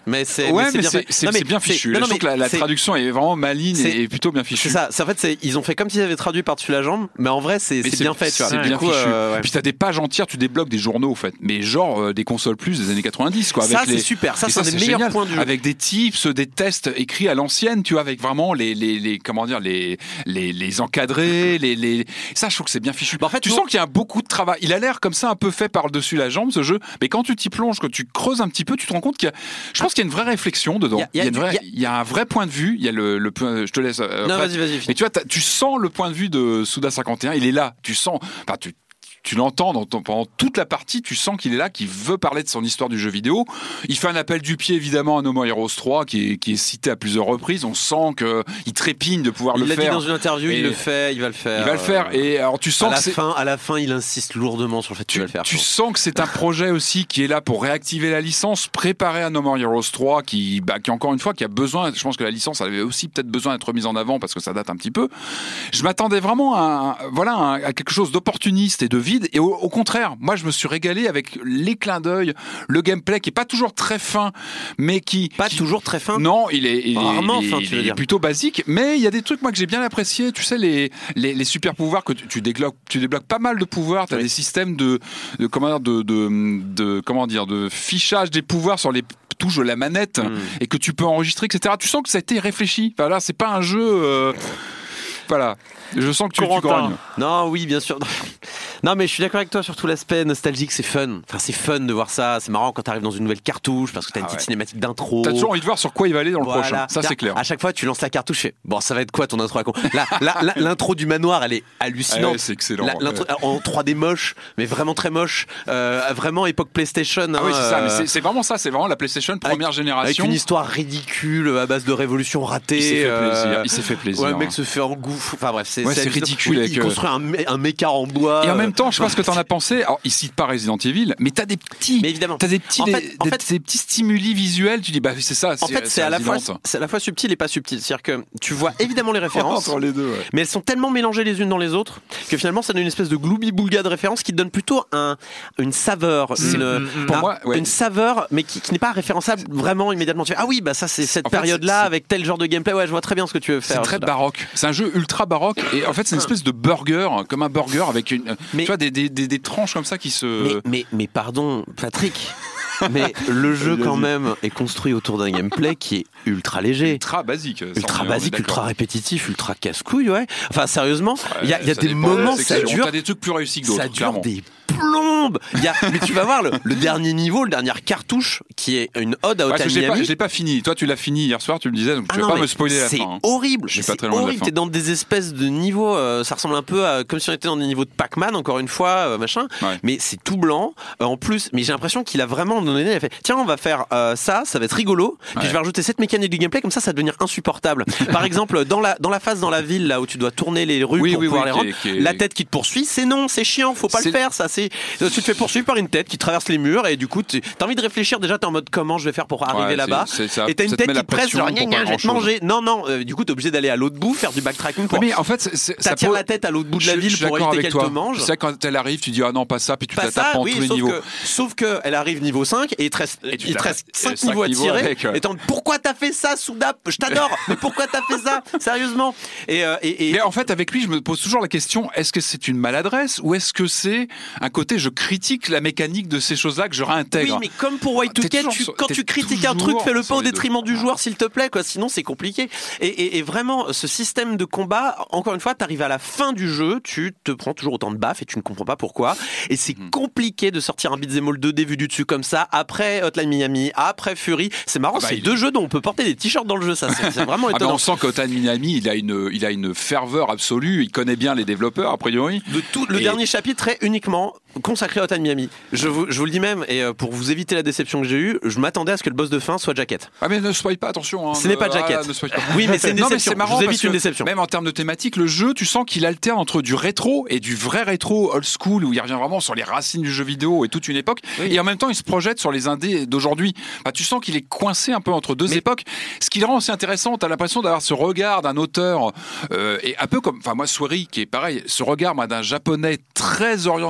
Mais c'est, ouais, mais c'est mais bien c'est, fait. c'est, Non, mais c'est bien fichu. non, Je trouve mais que la, la c'est- traduction est vraiment maligne c'est- et plutôt bien fichue. C'est ça. C'est, en fait, c'est, ils ont fait comme s'ils avaient traduit par-dessus la jambe, mais en vrai, c'est, Mais c'est bien fait, tu vois. C'est Du bien coup, fichu. euh, ouais. Puis t'as des pages entières, tu débloques des journaux, en fait. Mais genre euh, des consoles plus des années quatre-vingt-dix, quoi. Ça, avec c'est les... super. Ça, Et c'est un des c'est meilleurs génial. points du jeu. Avec des tips, des tests écrits à l'ancienne, tu vois, avec vraiment les, les, les comment dire, les, les, les encadrés, les, les. Ça, je trouve que c'est bien fichu. Bah, en fait, tu nous- sens qu'il y a beaucoup de travail. Il a l'air comme ça un peu fait par-dessus la jambe, ce jeu. Mais quand tu t'y plonges, que tu creuses un petit peu, tu te rends compte qu'il y a. Je pense qu'il y a une vraie réflexion dedans. Il y a- il y a une du- vraie- il y a- il y a un vrai point de vue. Il y a le, le point. Je te laisse. euh, Non, après. vas-y, vas-y. Mais tu vois, t'as- tu sens le point de vue de Suda cinquante et un. Il est là. Tu sens. Enfin, tu. Tu l'entends dans ton- pendant toute la partie, tu sens qu'il est là, qu'il veut parler de son histoire du jeu vidéo. Il fait un appel du pied évidemment à No More Heroes trois qui est, qui est cité à plusieurs reprises. On sent qu'il trépigne de pouvoir Il le l'a dit faire. dans une interview, Et il le fait, il va le faire. Il va le faire. euh, Et alors tu à sens la que c'est. fin, à la fin, il insiste lourdement sur le fait que tu Tu, vas le faire. tu je pense. sens que c'est un projet aussi qui est là pour réactiver la licence, préparer à No More Heroes trois, qui, bah, qui encore une fois, qui a besoin. Je pense que la licence avait aussi peut-être besoin d'être mise en avant parce que ça date un petit peu. Je m'attendais vraiment à, un- voilà, à, à quelque chose d'opportuniste et de vide. Et au, au contraire, moi, je me suis régalé avec les clins d'œil, le gameplay qui est pas toujours très fin, mais qui Pas qui- toujours très fin. Non, il est, il est- Rarement il est- fin, il tu veux est dire. plutôt basique, mais il y a des trucs moi que j'ai bien apprécié. Tu sais, les les, les super pouvoirs que tu, tu débloques, tu débloques pas mal de pouvoirs. Tu as Oui. des systèmes de de comment dire de, de de comment dire de fichage des pouvoirs sur les touches de la manette Mm. et que tu peux enregistrer, et cetera. Tu sens que ça a été réfléchi. Enfin, là, c'est pas un jeu. euh, Voilà. Je sens que tu, tu Corentin. grognes. Non, oui, bien sûr. Non, mais je suis d'accord avec toi sur tout l'aspect nostalgique, c'est fun. Enfin, c'est fun de voir ça. C'est marrant quand t'arrives dans une nouvelle cartouche parce que t'as une Ah petite ouais. cinématique d'intro. T'as toujours envie de voir sur quoi il va aller dans le Voilà. prochain. Ça, Là, c'est clair. À chaque fois, tu lances la cartouche, fais bon, ça va être quoi ton intro à con Là, là, là, l'intro du manoir, elle est hallucinante. Ah ouais, c'est excellent. La- l'intro- En trois D moche, mais vraiment très moche. Euh, vraiment époque PlayStation. Ah oui, hein, c'est ça. Mais euh, c'est, c'est vraiment ça. C'est vraiment la PlayStation première avec génération. une histoire ridicule à base de révolution ratée. Il s'est fait euh, plaisir. Il s'est fait plaisir. Ouais, le mec hein. se fait engouffrer. Enfin bref, c'est, Ouais, c'est hallucinant. ridicule Oui, avec, il euh, construit un, mé- un méca en bois. Et en même euh, temps, je sais pas ce que t'en as pensé. Alors, il cite pas Resident Evil, mais t'as des petits, Mais évidemment. t'as des petits, En fait- des, en des- fait- des petits stimuli visuels. Tu dis, bah, c'est ça. En fait, c'est à la fois, Resident. c'est à la fois subtil et pas subtil. C'est-à-dire que tu vois évidemment les références, Entre les deux, ouais. mais elles sont tellement mélangées les unes dans les autres que finalement ça donne une espèce de gloubi-boulga de références qui donne plutôt un, une saveur, une, mm, pour un- moi, ouais. une saveur, mais qui, qui n'est pas référençable vraiment immédiatement. Tu fais, ah oui, bah ça c'est cette En fait, période-là c'est- avec tel genre de gameplay. Ouais, je vois très bien ce que tu veux C'est faire. très Souda. baroque. C'est un jeu ultra baroque. Et en fait, c'est une espèce de burger, comme un burger avec une, Mais- tu vois, des, des, des, des tranches comme ça qui se. Mais, mais, mais pardon, Patrick. Mais le jeu quand même est construit autour d'un gameplay qui est ultra léger. ultra basique. ça, Ultra on est- on est basique, ultra d'accord. répétitif, ultra casse-couille, ouais. Enfin, sérieusement, il y a, il y a Ça des dépend, moments, c'est ça que dure, T'as des trucs plus réussis que d'autres. ça dure clairement. des plombes. Il y a, mais tu vas voir le, le dernier niveau, le dernière cartouche, qui est une ode à Ouais, Hotel parce que je l'ai pas, Miami. je l'ai pas fini. Toi, tu l'as fini hier soir, tu me disais, donc Ah tu non, vas pas mais me spoiler la c'est fin. hein. horrible. Je suis Mais pas c'est très loin de la horrible. fin. T'es dans des espèces de niveaux. euh, ça ressemble un peu à comme si on était dans des niveaux de Pac-Man, encore une fois, euh, machin. Ouais. Mais c'est tout blanc. Euh, en plus, mais j'ai l'impression qu'il a vraiment donné. Il a fait tiens, on va faire euh, ça, ça va être rigolo. Puis Ouais. je vais rajouter cette mécanique du gameplay, comme ça, ça va devenir insupportable. Par exemple, dans la dans la phase dans la ville là où tu dois tourner les rues Oui, pour oui, pouvoir oui, les qui rendre, est- qui est- la tête qui te poursuit, c'est non, c'est chiant, faut pas C'est- le faire. Ça, c'est tu te fais poursuivre par une tête qui traverse les murs et du coup, tu- t'as envie de réfléchir. Déjà, t'es en mode comment je vais faire pour arriver Ouais, là-bas. c'est- c'est- ça- Et t'as une ça te tête met qui la te presse, pression genre, pour gna, pas gna, je vais te grand-chose. manger. Non, non, euh, du coup, t'es obligé d'aller à l'autre bout, faire du backtracking pour. Mais en fait, c'est- c'est- Ça ça tire pose- la tête à l'autre bout de la Je- ville je suis pour d'accord éviter avec qu'elle toi. te mange. Tu sais, quand elle arrive, tu dis ah non, pas ça, puis tu Pas la tapes ça, pendant oui, tous les sauf niveaux. que, sauf que elle arrive niveau cinq et il te reste, Et tu il te tapes- reste et cinq cinq niveaux à niveaux tirer. avec, ouais. Et t'es en mode, pourquoi t'as fait ça, Souda Je t'adore, mais pourquoi t'as fait ça Sérieusement et, euh, et, et- Mais en fait, avec lui, je me pose toujours la question est-ce que c'est une maladresse ou est-ce que c'est un côté je critique la mécanique de ces choses-là que je réintègre Oui, mais comme pour Y deux K, T'es toujours tu- sur- quand t'es tu critiques un toujours truc, fais-le sur pas au les deux. détriment du joueur, s'il te plaît, quoi. Sinon, c'est compliqué. Et, et, et vraiment, ce système de combat, encore une fois, t'arrives à la fin du jeu, tu te prends toujours autant de baffes et tu ne comprends pas pourquoi. Et c'est Hmm. compliqué de sortir un beat'em all deux D vu du dessus comme ça, après Hotline Miami, après Fury. C'est marrant, Ah bah, c'est il- deux jeux dont on peut porter des t-shirts dans le jeu, ça. C'est c'est vraiment Ah ben, étonnant. on sent qu'Otan Minami, il a une, il a une ferveur absolue. Il connaît bien les développeurs a priori. De tout, le Et- dernier chapitre est uniquement consacré à Hotline Miami. Je vous, je vous le dis même, et euh, pour vous éviter la déception que j'ai eue, je m'attendais à ce que le boss de fin soit Jacket. Ah mais ne spoil pas, attention. Hein, Ce n'est pas Ne- Jacket. ah, ne spoil pas. Oui, mais c'est une Non, mais déception. c'est marrant Je vous parce évite une que déception. Même en termes de thématique, le jeu, tu sens qu'il alterne entre du rétro et du vrai rétro old school où il revient vraiment sur les racines du jeu vidéo et toute une époque. Oui. Et en même temps, il se projette sur les indés d'aujourd'hui. Bah, tu sens qu'il est coincé un peu entre deux Mais- époques. Ce qui le rend aussi intéressant, t'as l'impression d'avoir ce regard d'un auteur euh, et un peu comme, enfin moi, Swery, qui est pareil, ce regard moi, d'un japonais très orienté vers la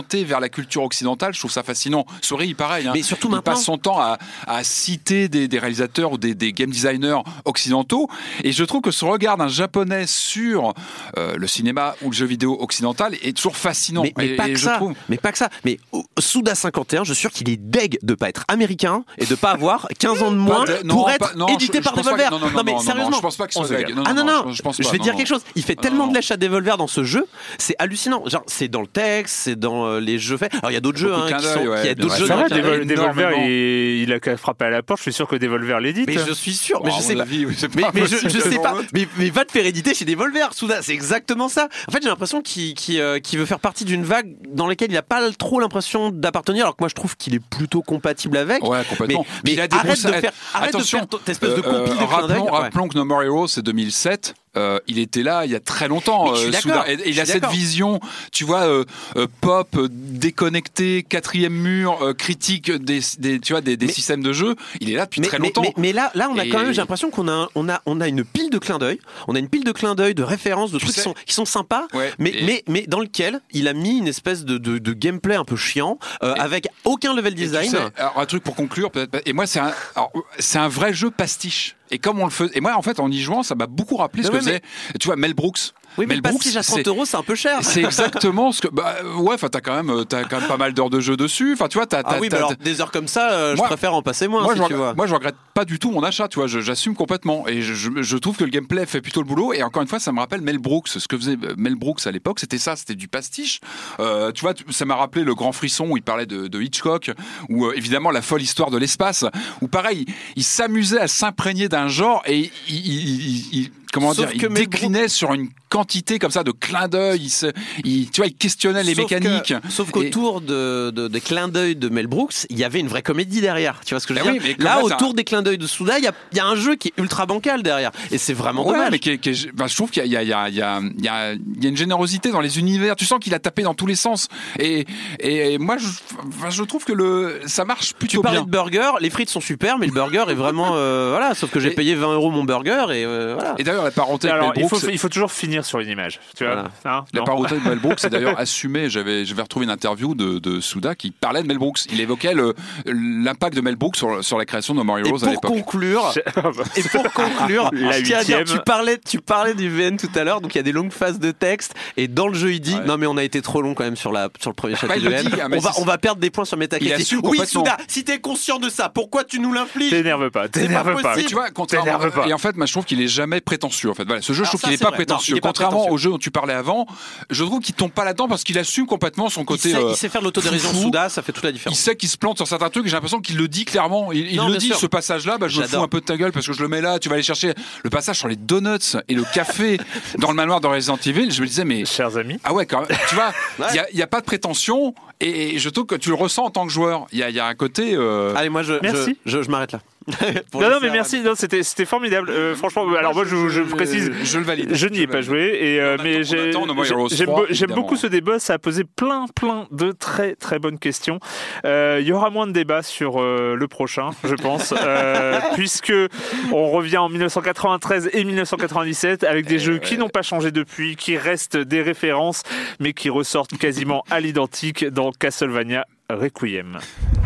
la culture occidentale, je trouve ça fascinant. Souris, pareil. Hein. Mais surtout il maintenant. passe son temps à, à citer des, des réalisateurs ou des, des game designers occidentaux. Et je trouve que ce regard d'un japonais sur euh, le cinéma ou le jeu vidéo occidental est toujours fascinant. Mais, mais et, pas et que je ça. trouve... Mais pas que ça. Mais oh, Suda cinquante et un, je suis sûr qu'il est deg de pas être américain et de pas avoir quinze ans de moins de, non, pour pas, être non, édité je, par je Devolver. Non, non, non, mais non, sérieusement, non, je pense pas qu'il soit deg. ah non, non, je, je, pense je pas, vais non, dire non. quelque chose. Il fait non, tellement non. de lèche à Devolver dans ce jeu, c'est hallucinant. Genre, c'est dans le texte, c'est dans euh, les jeux faits. Alors, il y a d'autres jeux, hein, qui sont, ouais, il y a d'autres Ouais, jeux. ça dans va, lesquels- Devol- Devolver, énormément. il, il a qu'à frapper à la porte. Je suis sûr que Devolver l'édite. Mais je suis sûr, mais Bon, je à sais mon pas. avis, oui, c'est Mais, pas mais je, possible je sais de pas. voir. Mais, mais va te faire éditer chez Devolver, Suda. C'est exactement ça. En fait, j'ai l'impression qu'il qu'il, euh, qu'il veut faire partie d'une vague dans laquelle il n'a pas trop l'impression d'appartenir, alors que moi je trouve qu'il est plutôt compatible avec. Ouais, complètement. Mais, Puis mais il a des arrête, bons- de faire, arrête Attention, de faire cette espèce de euh, compil de clin d'œil. rappelons, Ouais. rappelons que No More Heroes, c'est deux mille sept. Euh, il était là il y a très longtemps. Mais je suis euh, d'accord, Suda. Et, et je il a suis cette d'accord. vision, tu vois, euh, euh, pop, euh, déconnecté, quatrième mur, euh, critique des, des, tu vois, des, des Mais- systèmes de jeu. Il est là depuis Mais, très mais- longtemps. mais- mais là, là, on a Et- quand même, j'ai l'impression qu'on a, un- on a, on a une pile de clins d'œil. On a une pile de clins d'œil, de références, de Tu trucs qui sais- sont, qui sont sympas, Ouais, mais, et- mais, mais dans lequel il a mis une espèce de, de, de gameplay un peu chiant, euh, Et- avec aucun level Et tu design. sais, alors, un truc pour conclure, peut-être. Et moi, c'est un, alors, c'est un vrai jeu pastiche. Et comme on le faisait, et moi, en fait, en y jouant, ça m'a beaucoup rappelé ce Mais que ouais, faisait, tu vois, Mel Brooks. Oui, mais Mel le Brooks, pastiche à trente c'est- euros, c'est un peu cher. C'est exactement ce que. Bah, ouais, enfin, t'as quand même, t'as quand même pas mal d'heures de jeu dessus. Enfin, tu vois, t'as. Ah t'as- oui, mais t'as- alors des heures comme ça, euh, je Moi- préfère en passer moins, moi, si je tu vois. regrette, moi, je regrette pas du tout mon achat, tu vois, je- j'assume complètement. Et je, je, je trouve que le gameplay fait plutôt le boulot. Et encore une fois, ça me rappelle Mel Brooks. Ce que faisait Mel Brooks à l'époque, c'était ça, c'était du pastiche. Euh, tu vois, tu- ça m'a rappelé le Grand Frisson où il parlait de, de Hitchcock, ou euh, évidemment la folle histoire de l'espace, où pareil, il s'amusait à s'imprégner d'un genre et il, il, il- il- comment Sauf dire, il que Mel déclinait sur une quantité comme ça de clins d'œil. Il, se- il- tu vois, il questionnait les Sauf que- mécaniques. sauf Et- qu'autour de, de- des clins d'œil de Mel Brooks, il y avait une vraie comédie derrière. Tu vois ce que je veux Ben dire oui, mais Là, comme là, autour ça- des clins d'œil de Suda, il y a, il y a un jeu qui est ultra bancal derrière. Et c'est vraiment Ouais, dommage. mais qui est- qui est- ben, je trouve qu'il y a, il y, a, il y, a, il y, a, il y a une générosité dans les univers. Tu sens qu'il a tapé dans tous les sens. Et, et, et moi, je, enfin, je trouve que le, ça marche Tu plutôt parlais bien. de burger, les frites sont super, mais le burger est vraiment. euh, voilà, sauf que j'ai Et- payé vingt euros mon burger et euh, voilà. Et d'ailleurs, la parenté avec Alors, Mel il Brooks, faut, il faut toujours finir sur une image. Tu vois Voilà. Hein la Non. parenté de Mel Brooks, c'est d'ailleurs assumé. J'avais, j'avais retrouvé une interview de, de Suda qui parlait de Mel Brooks. Il évoquait le, l'impact de Mel Brooks sur, sur la création de No More Et Heroes à pour l'époque. conclure, et pour conclure, La je tiens à dire, huitième. tu parlais, tu parlais du V N tout à l'heure, donc il y a des longues phases de texte, et dans le jeu il dit, Ouais. non mais on a été trop long quand même sur la sur le premier Bah, chapitre il de le V N. dit, ah, mais on va c'est- on va perdre des points sur Il Metacritic. assume Oui, complètement. Suda, si t'es conscient de ça, pourquoi tu nous l'infliges? T'énerve pas, t'énerve pas pas. possible. Tu vois, contrairement, T'énerve pas. et en fait, moi, je trouve qu'il est jamais prétentieux. En fait, voilà, ce jeu, Alors je trouve ça, qu'il est c'est pas vrai. Non, prétentieux. il est pas Contrairement prétentieux. au jeu dont tu parlais avant, je trouve qu'il tombe pas là-dedans parce qu'il assume complètement son Il côté. sait, euh, il sait faire de l'autodérision foufou. Suda, ça fait toute la Il différence. sait qu'il se plante sur certains trucs et j'ai l'impression qu'il le dit clairement. Il, il Non, le bien dit, sûr. ce passage-là, bah, je me J'adore. fous un peu de ta gueule parce que je le mets là. Tu vas aller chercher le passage sur les donuts et le café dans le manoir de Resident Evil. Je me disais, mais. Chers amis. Ah ouais, quand même. Tu vois, il n'y a, a pas de prétention et, et je trouve que tu le ressens en tant que joueur. Il y a, y a un côté. euh, Allez, moi je Merci. je, je, je m'arrête là. Pour Non, non, laisser mais à- merci. Non, c'était, c'était formidable. Euh, franchement, alors moi, je, je précise. Je le valide. Je n'y ai le pas valide. joué, et euh, On mais attend- on j'ai- attend No More j'ai- Heroes j'aime, trois, be- j'aime évidemment. beaucoup ce débat. Ça a posé plein, plein de très, très bonnes questions. Euh, Il y aura moins de débats sur euh, le prochain, je pense, euh, puisque on revient en mille neuf cent quatre-vingt-treize et mille neuf cent quatre-vingt-dix-sept avec des jeux qui n'ont pas changé depuis, qui restent des références, mais qui ressortent quasiment à l'identique dans Castlevania Requiem.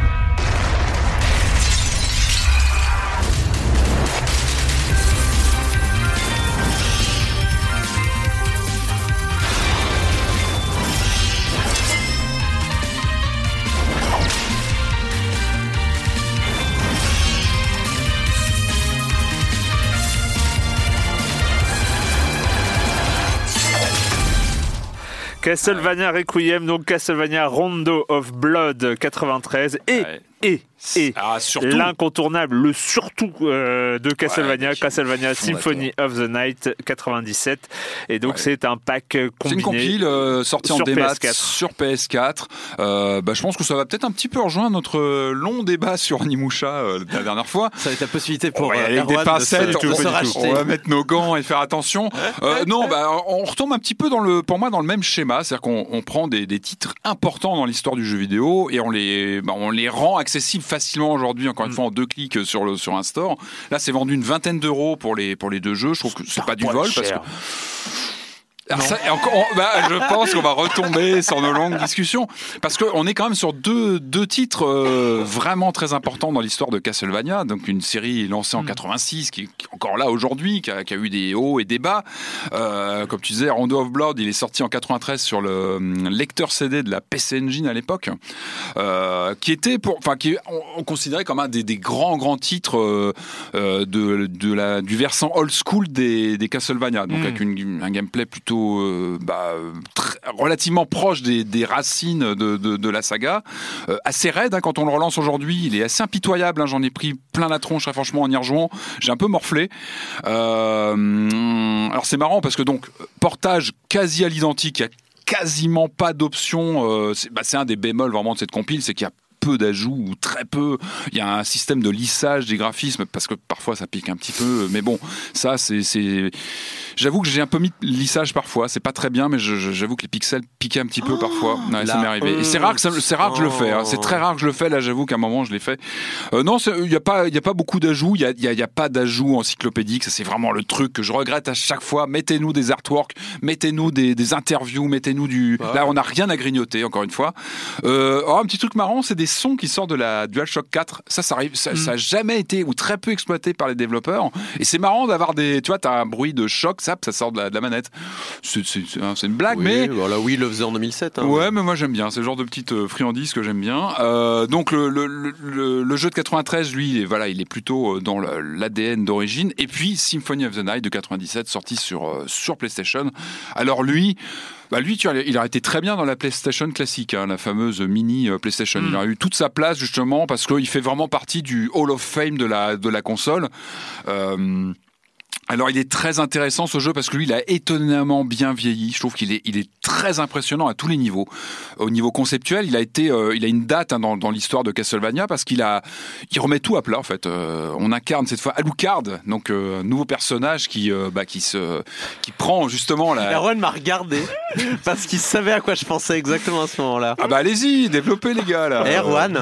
Castlevania Requiem, donc Castlevania Rondo of Blood quatre-vingt-treize et, Ouais. et, et Ah, surtout. l'incontournable, le surtout euh, de Castlevania, Ouais, Castlevania fondateur. Symphony of the Night quatre-vingt-dix-sept. Et donc Ouais. c'est un pack euh, C'est une combiné. compile euh, sortie en sur démat P S quatre. sur P S quatre. Euh, bah, je pense que ça va peut-être un petit peu rejoindre notre euh, long débat sur Onimusha euh, la dernière fois. Ça va être la possibilité pour Ouais, euh, avec des Erwan pincettes, de se, de on, se racheter. on va mettre nos gants et faire attention. Euh, non, bah, on retombe un petit peu dans le, pour moi, dans le même schéma, c'est-à-dire qu'on on prend des, des titres importants dans l'histoire du jeu vidéo et on les, bah, on les rend accessibles facilement aujourd'hui. Encore une fois, en deux clics sur le sur un store. Là, c'est vendu une vingtaine d'euros pour les pour les deux jeux. Je trouve que c'est pas du Pas vol parce que cher. Alors ça, encore, on, bah, je pense qu'on va retomber sur nos longues discussions parce qu'on est quand même sur deux, deux titres euh, vraiment très importants dans l'histoire de Castlevania. Donc une série lancée en quatre-vingt-six qui, qui est encore là aujourd'hui, qui a, qui a eu des hauts et des bas. Euh, comme tu disais, Rondo of Blood, il est sorti en quatre-vingt-treize sur le lecteur C D de la P C Engine à l'époque, euh, qui était pour, enfin qui on, on considérait comme un des, des grands grands titres euh, de, de la du versant old school des, des Castlevania. Donc mm. avec une, un gameplay plutôt Euh, bah, très, relativement proche des, des racines de, de, de la saga, euh, assez raide hein, quand on le relance aujourd'hui, il est assez impitoyable, hein, j'en ai pris plein la tronche très franchement en y rejouant, j'ai un peu morflé. Euh, alors c'est marrant parce que donc portage quasi à l'identique, il n'y a quasiment pas d'options, euh, c'est, bah, c'est un des bémols vraiment de cette compile, c'est qu'il y a peu d'ajouts ou très peu. Il y a un système de lissage des graphismes parce que parfois ça pique un petit peu. Mais bon, ça c'est, c'est... j'avoue que j'ai un peu mis de lissage parfois. C'est pas très bien, mais je, je, j'avoue que les pixels piquaient un petit peu oh, parfois. Ouais, ça m'est arrivé. Et c'est rare que ça, c'est rare que je le fais. Hein. C'est très rare que je le fais. Là, j'avoue qu'à un moment je l'ai fait. Euh, non, il y a pas, il y a pas beaucoup d'ajouts. Il y a, il y a, y a pas d'ajouts encyclopédiques. Ça c'est vraiment le truc que je regrette à chaque fois. Mettez-nous des artworks, mettez-nous des, des interviews, mettez-nous du. Ouais. Là, on n'a rien à grignoter. Encore une fois. Euh, oh, un petit truc marrant, c'est des sons qui sortent de la DualShock quatre. Ça, ça arrive, ça, mm. ça a jamais été ou très peu exploité par les développeurs. Et c'est marrant d'avoir des, tu vois, t'as un bruit de choc, ça, ça sort de la, de la manette. C'est, c'est, c'est une blague, oui, mais voilà, oui, il le faisait en deux mille sept. Hein, ouais, mais moi j'aime bien. C'est le genre de petite friandise que j'aime bien. Euh, donc le, le, le, le jeu de quatre-vingt-treize, lui, il est, voilà, il est plutôt dans l'A D N d'origine. Et puis Symphony of the Night de quatre-vingt-dix-sept, sorti sur sur PlayStation. Alors lui. Bah lui, tu vois, il a été très bien dans la PlayStation classique, hein, la fameuse mini PlayStation. Mm. Il a eu toute sa place justement parce qu'il fait vraiment partie du Hall of Fame de la de la console. Euh, Alors il est très intéressant ce jeu parce que lui il a étonnamment bien vieilli. Je trouve qu'il est il est très impressionnant à tous les niveaux. Au niveau conceptuel, il a été euh, il a une date hein, dans dans l'histoire de Castlevania parce qu'il a il remet tout à plat en fait. Euh, on incarne cette fois Alucard, donc euh, un nouveau personnage qui euh, bah qui se qui prend justement la. Erwan m'a regardé parce qu'il savait à quoi je pensais exactement à ce moment-là. Ah bah allez-y, développez les gars là. Erwan.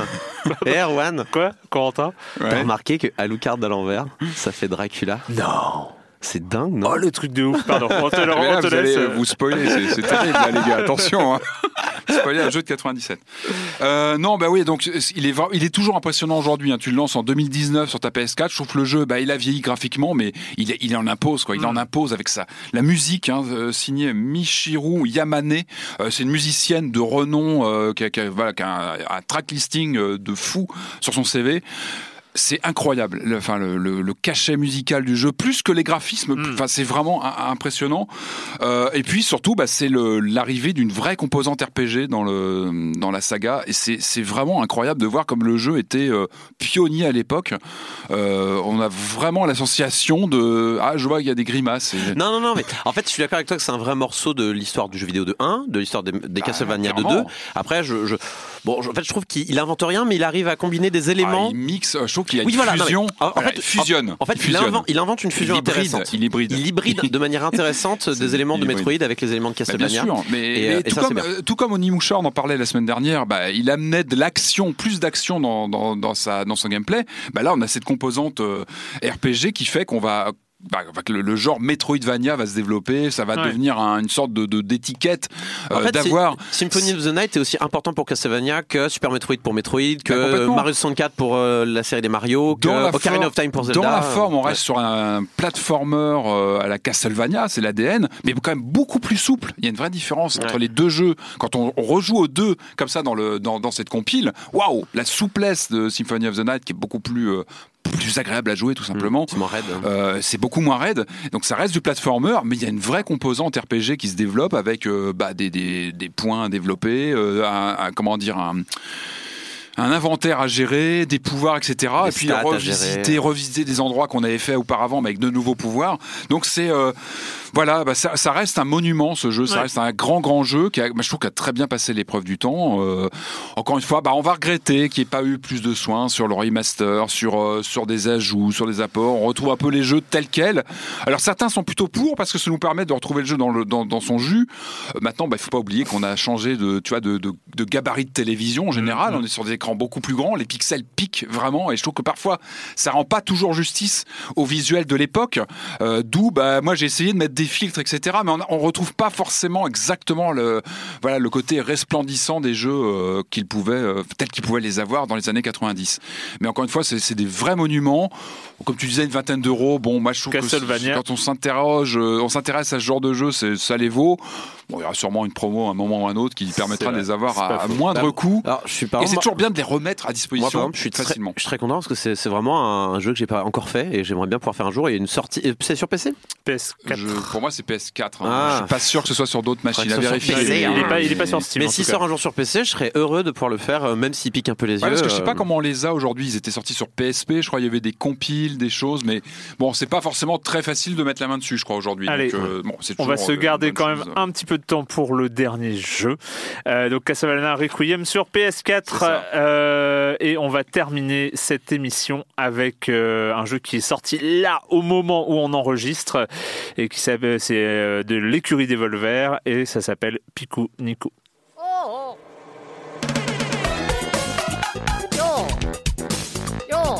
Erwan. Quoi, Corentin? Ouais. T'as remarqué que Alucard à l'envers, ça fait Dracula? Non. C'est dingue, non? Oh, le truc de ouf, pardon. On te, le, là, on te vous laisse. Allez vous spoiler, c'est, c'est terrible, là, les gars. Attention, hein. Spoiler un jeu de quatre-vingt-dix-sept. Euh, non, bah oui, donc il est, il est toujours impressionnant aujourd'hui. Hein. Tu le lances en deux mille dix-neuf sur ta P S quatre. Je trouve que le jeu, bah, il a vieilli graphiquement, mais il, il en impose, quoi. Il mm. en impose avec ça. La musique, hein, euh, signée Michiru Yamane. Euh, c'est une musicienne de renom euh, qui a, qui a, voilà, qui a un, un track listing euh, de fou sur son C V. C'est incroyable, le, enfin le, le, le cachet musical du jeu, plus que les graphismes. Mm. Enfin, c'est vraiment a, impressionnant. Euh, et puis surtout, bah, c'est le, l'arrivée d'une vraie composante R P G dans le dans la saga. Et c'est c'est vraiment incroyable de voir comme le jeu était euh, pionnier à l'époque. Euh, on a vraiment l'association de ah, je vois qu'il y a des grimaces. Et... Non, non, non, mais en fait, je suis d'accord avec toi que c'est un vrai morceau de l'histoire du jeu vidéo de un, de l'histoire des, des ah, Castlevania de deux. Après, je, je bon, en fait, je trouve qu'il invente rien, mais il arrive à combiner des éléments. Ah, il mixe. Je qu'il y a oui, une voilà, fusion, non, en, en fait, il fusionne. En, en fait, il, il, fusionne. Invente, il invente une fusion il hybride, intéressante. Il hybride. Il hybride de manière intéressante des éléments de Metroid avec les éléments de Castlevania. Bah bien sûr, mais, et, mais et tout, ça, comme, tout comme Onimusha, on en parlait la semaine dernière, bah, il amenait de l'action, plus d'action dans, dans, dans, sa, dans son gameplay. Bah, là, on a cette composante euh, R P G qui fait qu'on va... Bah, le, le genre Metroidvania va se développer, ça va ouais. devenir un, une sorte de, de d'étiquette euh, en fait, d'avoir. Symphony of the Night est aussi important pour Castlevania que Super Metroid pour Metroid, que bah, Mario soixante-quatre pour euh, la série des Mario, que Ocarina of Time pour Zelda. Dans la forme, on reste ouais. sur un platformer euh, à la Castlevania, c'est l'A D N, mais quand même beaucoup plus souple. Il y a une vraie différence ouais. entre les deux jeux. Quand on, on rejoue aux deux comme ça dans le dans, dans cette compile, waouh, la souplesse de Symphony of the Night qui est beaucoup plus euh, plus agréable à jouer tout simplement. Mmh, c'est moins raide. Euh, c'est beaucoup moins raide. Donc ça reste du platformer, mais il y a une vraie composante R P G qui se développe avec euh, bah, des, des, des points à développer, euh, un, un, comment dire, un, un inventaire à gérer, des pouvoirs, et cetera. Des et puis revisiter, revisiter des endroits qu'on avait fait auparavant, mais avec de nouveaux pouvoirs. Donc c'est euh, voilà, bah ça, ça reste un monument ce jeu, ça ouais. reste un grand grand jeu qui a, bah, je trouve qu'il a très bien passé l'épreuve du temps. Euh, encore une fois, bah on va regretter qu'il n'y ait pas eu plus de soins sur le remaster, sur euh, sur des ajouts, sur des apports. On retrouve un peu les jeux tels quels. Alors certains sont plutôt pour parce que ça nous permet de retrouver le jeu dans le dans, dans son jus. Euh, maintenant, bah il faut pas oublier qu'on a changé de tu vois de de, de gabarit de télévision en général. Mmh. On est sur des écrans beaucoup plus grands, les pixels piquent vraiment et je trouve que parfois ça rend pas toujours justice au visuel de l'époque. Euh, d'où bah moi j'ai essayé de mettre des filtres, et cetera. Mais on, on retrouve pas forcément exactement le, voilà, le côté resplendissant des jeux euh, qu'ils pouvaient, euh, tels qu'ils pouvaient les avoir dans les années quatre-vingt-dix. Mais encore une fois, c'est, c'est des vrais monuments. Comme tu disais, une vingtaine d'euros. Bon, moi je trouve que quand on s'interroge, euh, on s'intéresse à ce genre de jeu, c'est, ça les vaut. Bon, il y aura sûrement une promo à un moment ou à un autre qui permettra de les avoir à, à moindre bah, coût. Alors, je suis pas et c'est toujours bien de les remettre à disposition. Moi, par exemple, je suis facilement. Très, je suis très content parce que c'est, c'est vraiment un jeu que j'ai pas encore fait et j'aimerais bien pouvoir faire un jour. Il y a une sortie. C'est sur P C ? P S quatre. Je, pour moi, c'est P S quatre. Hein. Ah. Je suis pas sûr que ce soit sur d'autres machines à vérifier. Il, il, est pas, il est pas sur Steam. Mais s'il sort un jour sur P C, je serais heureux de pouvoir le faire, même s'il pique un peu les yeux. Ouais, parce que je sais pas comment on les a aujourd'hui. Ils étaient sortis sur P S P. Je crois qu'il y avait des compiles, des choses, mais bon, c'est pas forcément très facile de mettre la main dessus, je crois aujourd'hui. Allez, donc, euh, bon, c'est on va se garder quand même un petit peu de temps pour le dernier jeu. Euh, donc Castlevania Requiem sur P S quatre euh, et on va terminer cette émission avec euh, un jeu qui est sorti là au moment où on enregistre et qui s'appelle, c'est euh, de l'écurie Devolver et ça s'appelle Piku Niku. Oh, oh. Yo. Yo.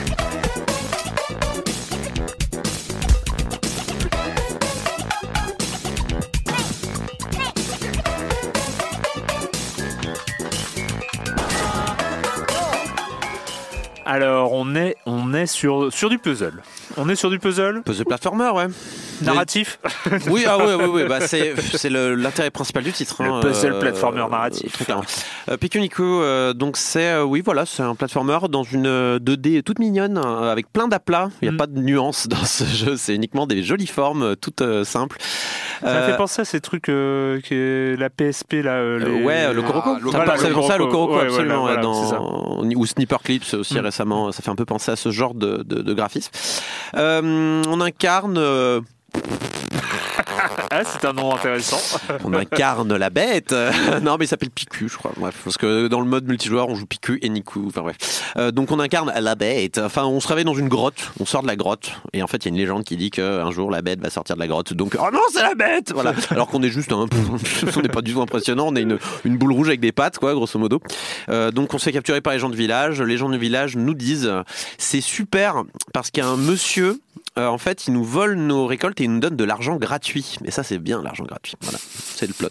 Alors, on est, on est sur, sur du puzzle. On est sur du puzzle. Puzzle platformer, ouais. Narratif. Oui, ah oui, oui, oui. Bah, c'est, c'est le, l'intérêt principal du titre. Le hein, puzzle euh, platformer narratif. Très clairement. Euh, Piku Niku, euh, donc c'est, euh, oui, voilà, c'est un platformer dans une deux D toute mignonne, euh, avec plein d'aplats. Il n'y a mm. pas de nuance dans ce jeu. C'est uniquement des jolies formes, toutes euh, simples. Ça euh, me fait penser à ces trucs euh, que la P S P là. Euh, les... Ouais, le Koroko. Ah, ça fait penser à le Koroko, ouais, absolument. voilà, dans... voilà, ou Sniper Clips aussi mm. récemment. Ça fait un peu penser à ce genre de, de, de graphisme. Euh, on incarne. Euh... Ah, c'est un nom intéressant. On incarne la bête. Non, mais il s'appelle Piku, je crois. Bref, parce que dans le mode multijoueur, on joue Piku et Niku. Enfin bref. Euh, donc on incarne la bête. Enfin, on se réveille dans une grotte. On sort de la grotte. Et en fait, il y a une légende qui dit qu'un jour la bête va sortir de la grotte. Donc, oh non, c'est la bête. Voilà. Alors qu'on est juste un. On n'est pas du tout impressionnant. On est une, une boule rouge avec des pattes, quoi, grosso modo. Euh, donc on se fait capturer par les gens de village. Les gens du village nous disent c'est super parce qu'il y a un monsieur. Euh, en fait, il nous vole nos récoltes et il nous donne de l'argent gratuit. Et ça, c'est bien l'argent gratuit. Voilà, c'est le plot.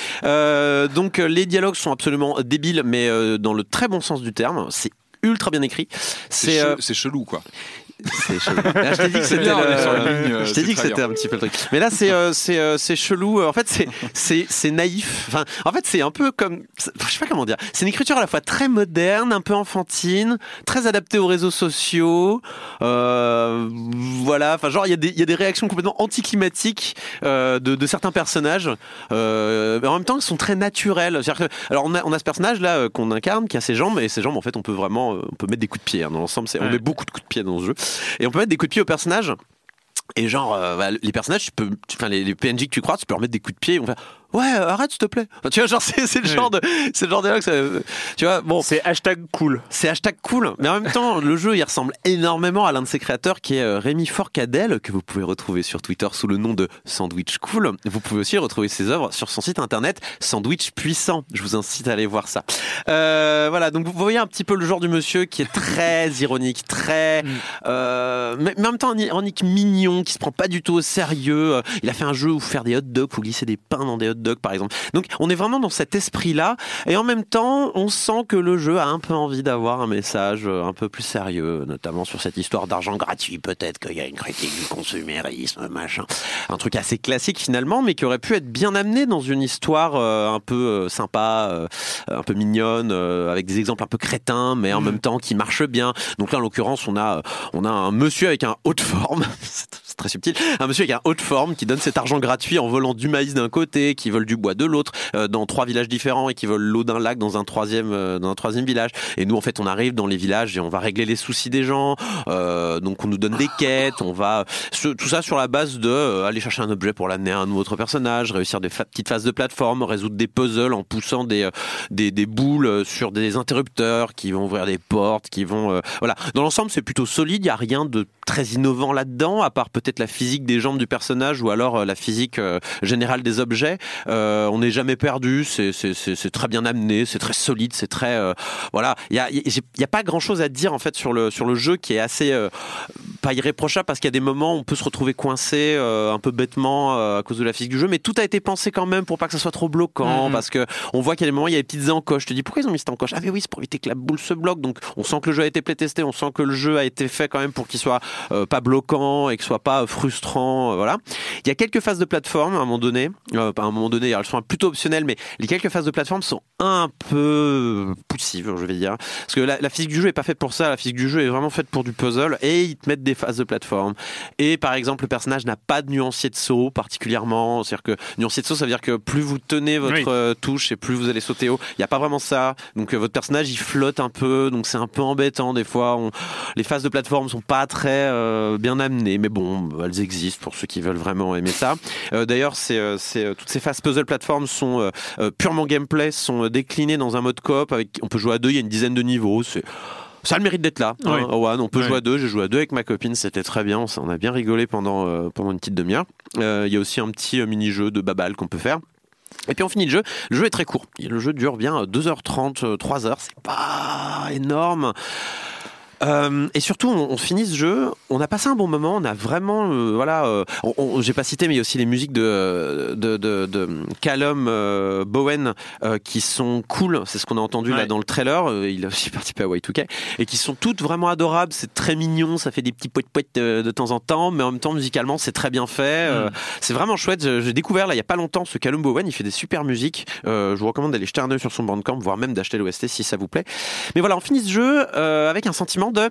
Euh, donc, les dialogues sont absolument débiles, mais euh, dans le très bon sens du terme. C'est ultra bien écrit. C'est, c'est, che- euh... c'est chelou, quoi. C'est chelou. Là, je t'ai dit que c'était, le... ligne, je t'ai dit que c'était un petit peu le truc. Mais là, c'est euh, c'est euh, c'est chelou. En fait, c'est c'est c'est naïf. Enfin, en fait, c'est un peu comme, je sais pas comment dire. C'est une écriture à la fois très moderne, un peu enfantine, très adaptée aux réseaux sociaux. Euh, voilà. Enfin, genre, il y a des il y a des réactions complètement anticlimatiques euh, de de certains personnages. Euh, mais en même temps, ils sont très naturels. C'est-à-dire que, alors, on a on a ce personnage là euh, qu'on incarne qui a ses jambes et ses jambes, en fait, on peut vraiment, euh, on peut mettre des coups de pied. Hein, dans l'ensemble, c'est, ouais. On met beaucoup de coups de pied dans ce jeu. Et on peut mettre des coups de pied aux personnages. Et genre, euh, bah, les personnages, tu peux, enfin les, les P N J que tu crois, tu peux leur mettre des coups de pied. On fait, ouais, arrête s'il te plaît. Enfin, tu vois, genre c'est, c'est le genre de, c'est le genre de là que ça, tu vois, bon. C'est hashtag cool. C'est hashtag cool. Mais en même temps, le jeu, il ressemble énormément à l'un de ses créateurs, qui est Rémi Forcadell, que vous pouvez retrouver sur Twitter sous le nom de Sandwich Cool. Vous pouvez aussi retrouver ses œuvres sur son site internet Sandwich Puissant. Je vous incite à aller voir ça. Euh, voilà. Donc vous voyez un petit peu le genre du monsieur qui est très ironique, très, euh, mais, mais en même temps ironique, mignon, qui se prend pas du tout au sérieux. Il a fait un jeu où faire des hot dogs, où glisser des pains dans des hot dogs, par exemple. Donc on est vraiment dans cet esprit-là, et en même temps on sent que le jeu a un peu envie d'avoir un message un peu plus sérieux, notamment sur cette histoire d'argent gratuit. Peut-être qu'il y a une critique du consumérisme, machin, un truc assez classique finalement, mais qui aurait pu être bien amené dans une histoire euh, un peu euh, sympa, euh, un peu mignonne, euh, avec des exemples un peu crétins, mais en mmh. même temps qui marche bien. Donc là en l'occurrence on a on a un monsieur avec un haut de forme. C'est très subtil. Un monsieur avec un haut de forme qui donne cet argent gratuit en volant du maïs d'un côté, qui vole du bois de l'autre, euh, dans trois villages différents, et qui vole l'eau d'un lac dans un troisième, euh, dans un troisième village. Et nous, en fait, on arrive dans les villages et on va régler les soucis des gens. Euh, donc, on nous donne des quêtes. On va ce, tout ça sur la base de euh, aller chercher un objet pour l'amener à un autre personnage, réussir des fa- petites phases de plateforme, résoudre des puzzles en poussant des euh, des, des boules sur des interrupteurs qui vont ouvrir des portes, qui vont euh, voilà. Dans l'ensemble, c'est plutôt solide. Il y a rien de très innovant là-dedans, à part peut-être peut-être la physique des jambes du personnage ou alors euh, la physique euh, générale des objets. Euh, on n'est jamais perdu, c'est, c'est, c'est, c'est très bien amené, c'est très solide, c'est très euh, voilà. Il y a, il y a pas grand-chose à dire en fait sur le sur le jeu qui est assez euh, pas irréprochable parce qu'il y a des moments où on peut se retrouver coincé euh, un peu bêtement euh, à cause de la physique du jeu, mais tout a été pensé quand même pour pas que ça soit trop bloquant, mmh. parce que on voit qu'il y a des moments il y a des petites encoches. Je te dis pourquoi ils ont mis cette encoche? Ah mais oui, c'est pour éviter que la boule se bloque. Donc on sent que le jeu a été playtesté, on sent que le jeu a été fait quand même pour qu'il soit euh, pas bloquant et que soit pas frustrant. Euh, voilà. Il y a quelques phases de plateforme à un moment donné. Euh, à un moment donné, elles sont plutôt optionnelles, mais les quelques phases de plateforme sont un peu poussives, je vais dire, parce que la, la physique du jeu est pas faite pour ça. La physique du jeu est vraiment faite pour du puzzle et ils te mettent des phases de plateforme. Et par exemple, le personnage n'a pas de nuancier de saut particulièrement. C'est-à-dire que nuancier de saut, ça veut dire que plus vous tenez votre oui. euh, touche et plus vous allez sauter haut. Il n'y a pas vraiment ça. Donc euh, votre personnage il flotte un peu, donc c'est un peu embêtant des fois. On... Les phases de plateforme sont pas très euh, bien amenées, mais bon, elles existent pour ceux qui veulent vraiment aimer ça. Euh, d'ailleurs, c'est, euh, c'est euh, toutes ces phases puzzle plateforme sont euh, euh, purement gameplay, sont euh, déclinées dans un mode coop. Avec, on peut jouer à deux. Il y a une dizaine de niveaux. C'est Ça a le mérite d'être là. Oui. Hein, One, on peut oui. jouer à deux. J'ai joué à deux avec ma copine, c'était très bien. On a bien rigolé pendant euh, pendant une petite demi-heure. Euh, il y a aussi un petit euh, mini-jeu de babal qu'on peut faire. Et puis on finit le jeu. Le jeu est très court. Le jeu dure bien deux heures trente, trois heures. C'est pas énorme. Euh, et surtout, on, on finit ce jeu, on a passé un bon moment, on a vraiment, euh, voilà, euh, on, on, j'ai pas cité, mais il y a aussi les musiques de de de, de Callum euh, Bowen euh, qui sont cool. C'est ce qu'on a entendu ouais. là dans le trailer. Euh, il a aussi participé à Y deux K et qui sont toutes vraiment adorables. C'est très mignon, ça fait des petits poètes poètes de, de temps en temps, mais en même temps musicalement c'est très bien fait. Mm. Euh, c'est vraiment chouette. J'ai découvert là il y a pas longtemps ce Callum Bowen. Il fait des super musiques. Euh, je vous recommande d'aller jeter un œil sur son Bandcamp, voire même d'acheter l'O S T si ça vous plaît. Mais voilà, on finit ce jeu euh, avec un sentiment de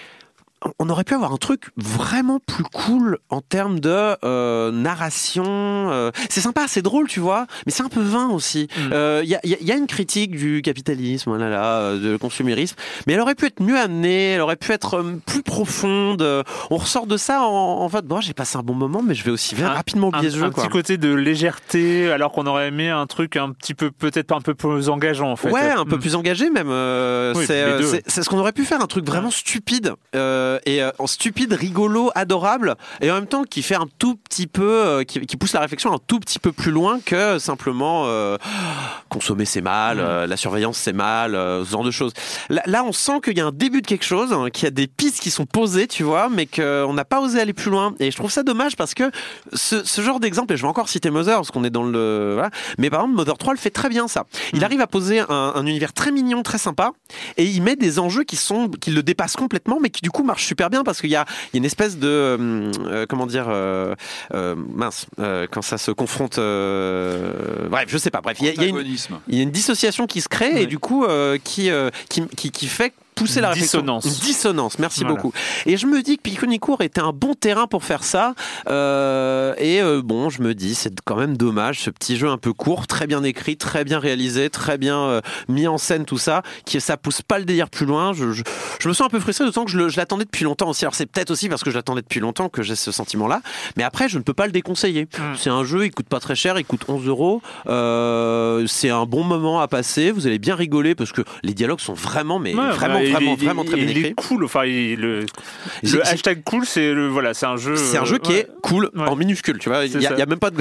on aurait pu avoir un truc vraiment plus cool en termes de euh, narration. Euh, c'est sympa, c'est drôle, tu vois, mais c'est un peu vain aussi. Il mm. euh, y, a, y a une critique du capitalisme, voilà, là, de consumérisme, mais elle aurait pu être mieux amenée, elle aurait pu être plus profonde. On ressort de ça en, en fait, bon, j'ai passé un bon moment, mais je vais aussi un, rapidement oublier ce jeu. Un quoi. petit côté de légèreté, alors qu'on aurait aimé un truc un petit peu, peut-être un peu plus engageant, en fait. Ouais, un mm. peu plus engagé même. Euh, oui, c'est, c'est, c'est ce qu'on aurait pu faire, un truc vraiment ouais. stupide. Euh, et euh, stupide, rigolo, adorable, et en même temps qui fait un tout petit peu, euh, qui, qui pousse la réflexion un tout petit peu plus loin que simplement euh, consommer c'est mal, mmh. euh, la surveillance c'est mal, euh, ce genre de choses. Là, là on sent qu'il y a un début de quelque chose, hein, qu'il y a des pistes qui sont posées, tu vois, mais qu'on n'a pas osé aller plus loin. Et je trouve ça dommage parce que ce, ce genre d'exemple, et je vais encore citer Mother parce qu'on est dans le, voilà, mais par exemple Mother trois le fait très bien ça. Il mmh. arrive à poser un, un univers très mignon, très sympa, et il met des enjeux qui sont, qui le dépassent complètement, mais qui du coup marchent super bien. Parce qu'il y a, il y a une espèce de euh, comment dire euh, euh, mince euh, quand ça se confronte euh, bref je sais pas bref il y a, il y a une il y a une dissociation qui se crée ouais. et du coup euh, qui, euh, qui qui qui fait pousser la réflexion. Dissonance. Une dissonance, merci voilà. beaucoup. Et je me dis que Piconicourt était un bon terrain pour faire ça. Euh, et euh, bon, je me dis, c'est quand même dommage, ce petit jeu un peu court, très bien écrit, très bien réalisé, très bien euh, mis en scène, tout ça, qui ça pousse pas le délire plus loin. Je, je, je me sens un peu frustré, d'autant que je, le, je l'attendais depuis longtemps aussi. Alors c'est peut-être aussi parce que je l'attendais depuis longtemps que j'ai ce sentiment-là. Mais après, je ne peux pas le déconseiller. Mmh. C'est un jeu, il coûte pas très cher, il coûte onze euros. Euh, c'est un bon moment à passer. Vous allez bien rigoler parce que les dialogues sont vraiment, mais ouais, vraiment, bah, vraiment, il, vraiment très bien il écrits. Il est cool. Enfin, il, le, j'ai, le j'ai, hashtag cool, c'est le voilà, c'est un jeu. C'est un jeu qui ouais. est cool ouais. en minuscule. Tu vois, il y, y a même pas de.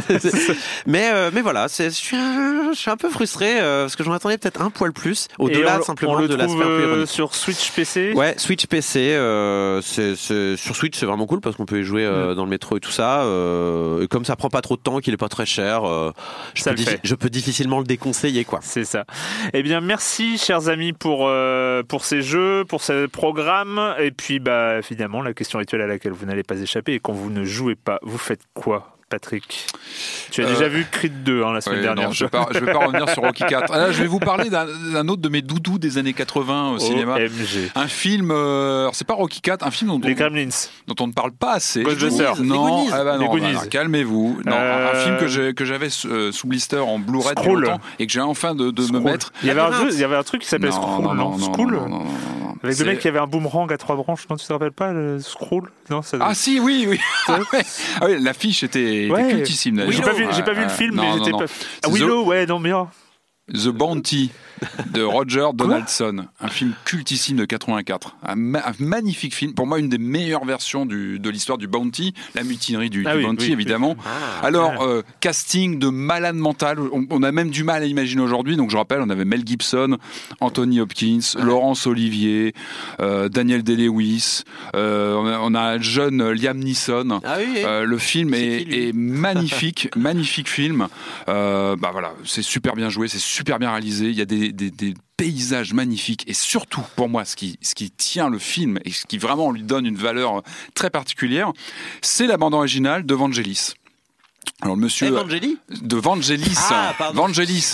mais euh, mais voilà, c'est, je suis un, je suis un peu frustré euh, parce que j'en attendais peut-être un poil plus au-delà on, simplement on de l'aspect euh, sur Switch P C. Ouais, Switch P C. Euh, c'est, c'est, sur Switch, c'est vraiment cool parce qu'on peut y jouer euh, mmh. dans le métro et tout ça. Euh, et comme ça prend pas trop de temps, qu'il est pas très cher, euh, je, peux diffi- je peux difficilement le déconseiller, quoi. C'est ça. Eh bien, merci, chers amis, pour euh, pour ces jeux, pour ce programme. Et puis, bah, évidemment, la question rituelle à laquelle vous n'allez pas échapper. Et quand vous ne jouez pas, vous faites quoi, Patrick? Tu as euh, déjà vu Creed deux hein, la semaine ouais, dernière. Non, je ne vais, vais pas revenir sur Rocky quatre. Ah, là, je vais vous parler d'un, d'un autre de mes doudous des années quatre-vingts au oh, cinéma. M G. Un film, euh, alors c'est pas Rocky quatre, un film dont, Les on, Gremlins. dont on ne parle pas assez. Ghostbusters. Non, ah bah non, Les bah, calmez-vous. Non, euh... un film que, j'ai, que j'avais euh, sous blister en Blu-ray depuis longtemps et que j'ai enfin de, de me mettre. Il y, avait un jeu, il y avait un truc qui s'appelait Skrull, non, non, non, Skrull non, non, non, non, non. Avec c'est... le mec qui avait un boomerang à trois branches, non, tu te rappelles pas, le Skrull? Non, ça... Ah si, oui, oui. ah, ouais. ah oui, l'affiche était, était ouais. cultissime. J'ai pas vu, j'ai pas vu le film, mais j'étais pas. Ah, Willow, ouais, non, mais. The Bounty. de Roger Donaldson, un film cultissime de quatre-vingt-quatre, un, ma- un magnifique film, pour moi une des meilleures versions du, de l'histoire du Bounty, la mutinerie du, Ah du oui, Bounty oui, évidemment. oui. Ah, Alors euh, casting de malade mental, on, on a même du mal à imaginer aujourd'hui. Donc je rappelle, on avait Mel Gibson, Anthony Hopkins, ah. Laurence Olivier, euh, Daniel Day-Lewis, euh, on, a, on a un jeune Liam Neeson. Ah oui, euh, le film est, est, est magnifique, magnifique film. Euh, bah voilà, c'est super bien joué, c'est super bien réalisé. Il y a des, des, des paysages magnifiques et surtout pour moi ce qui, ce qui tient le film et ce qui vraiment lui donne une valeur très particulière, c'est la bande originale de Vangelis. Alors le monsieur Evangeli de Vangelis, ah, Vangelis.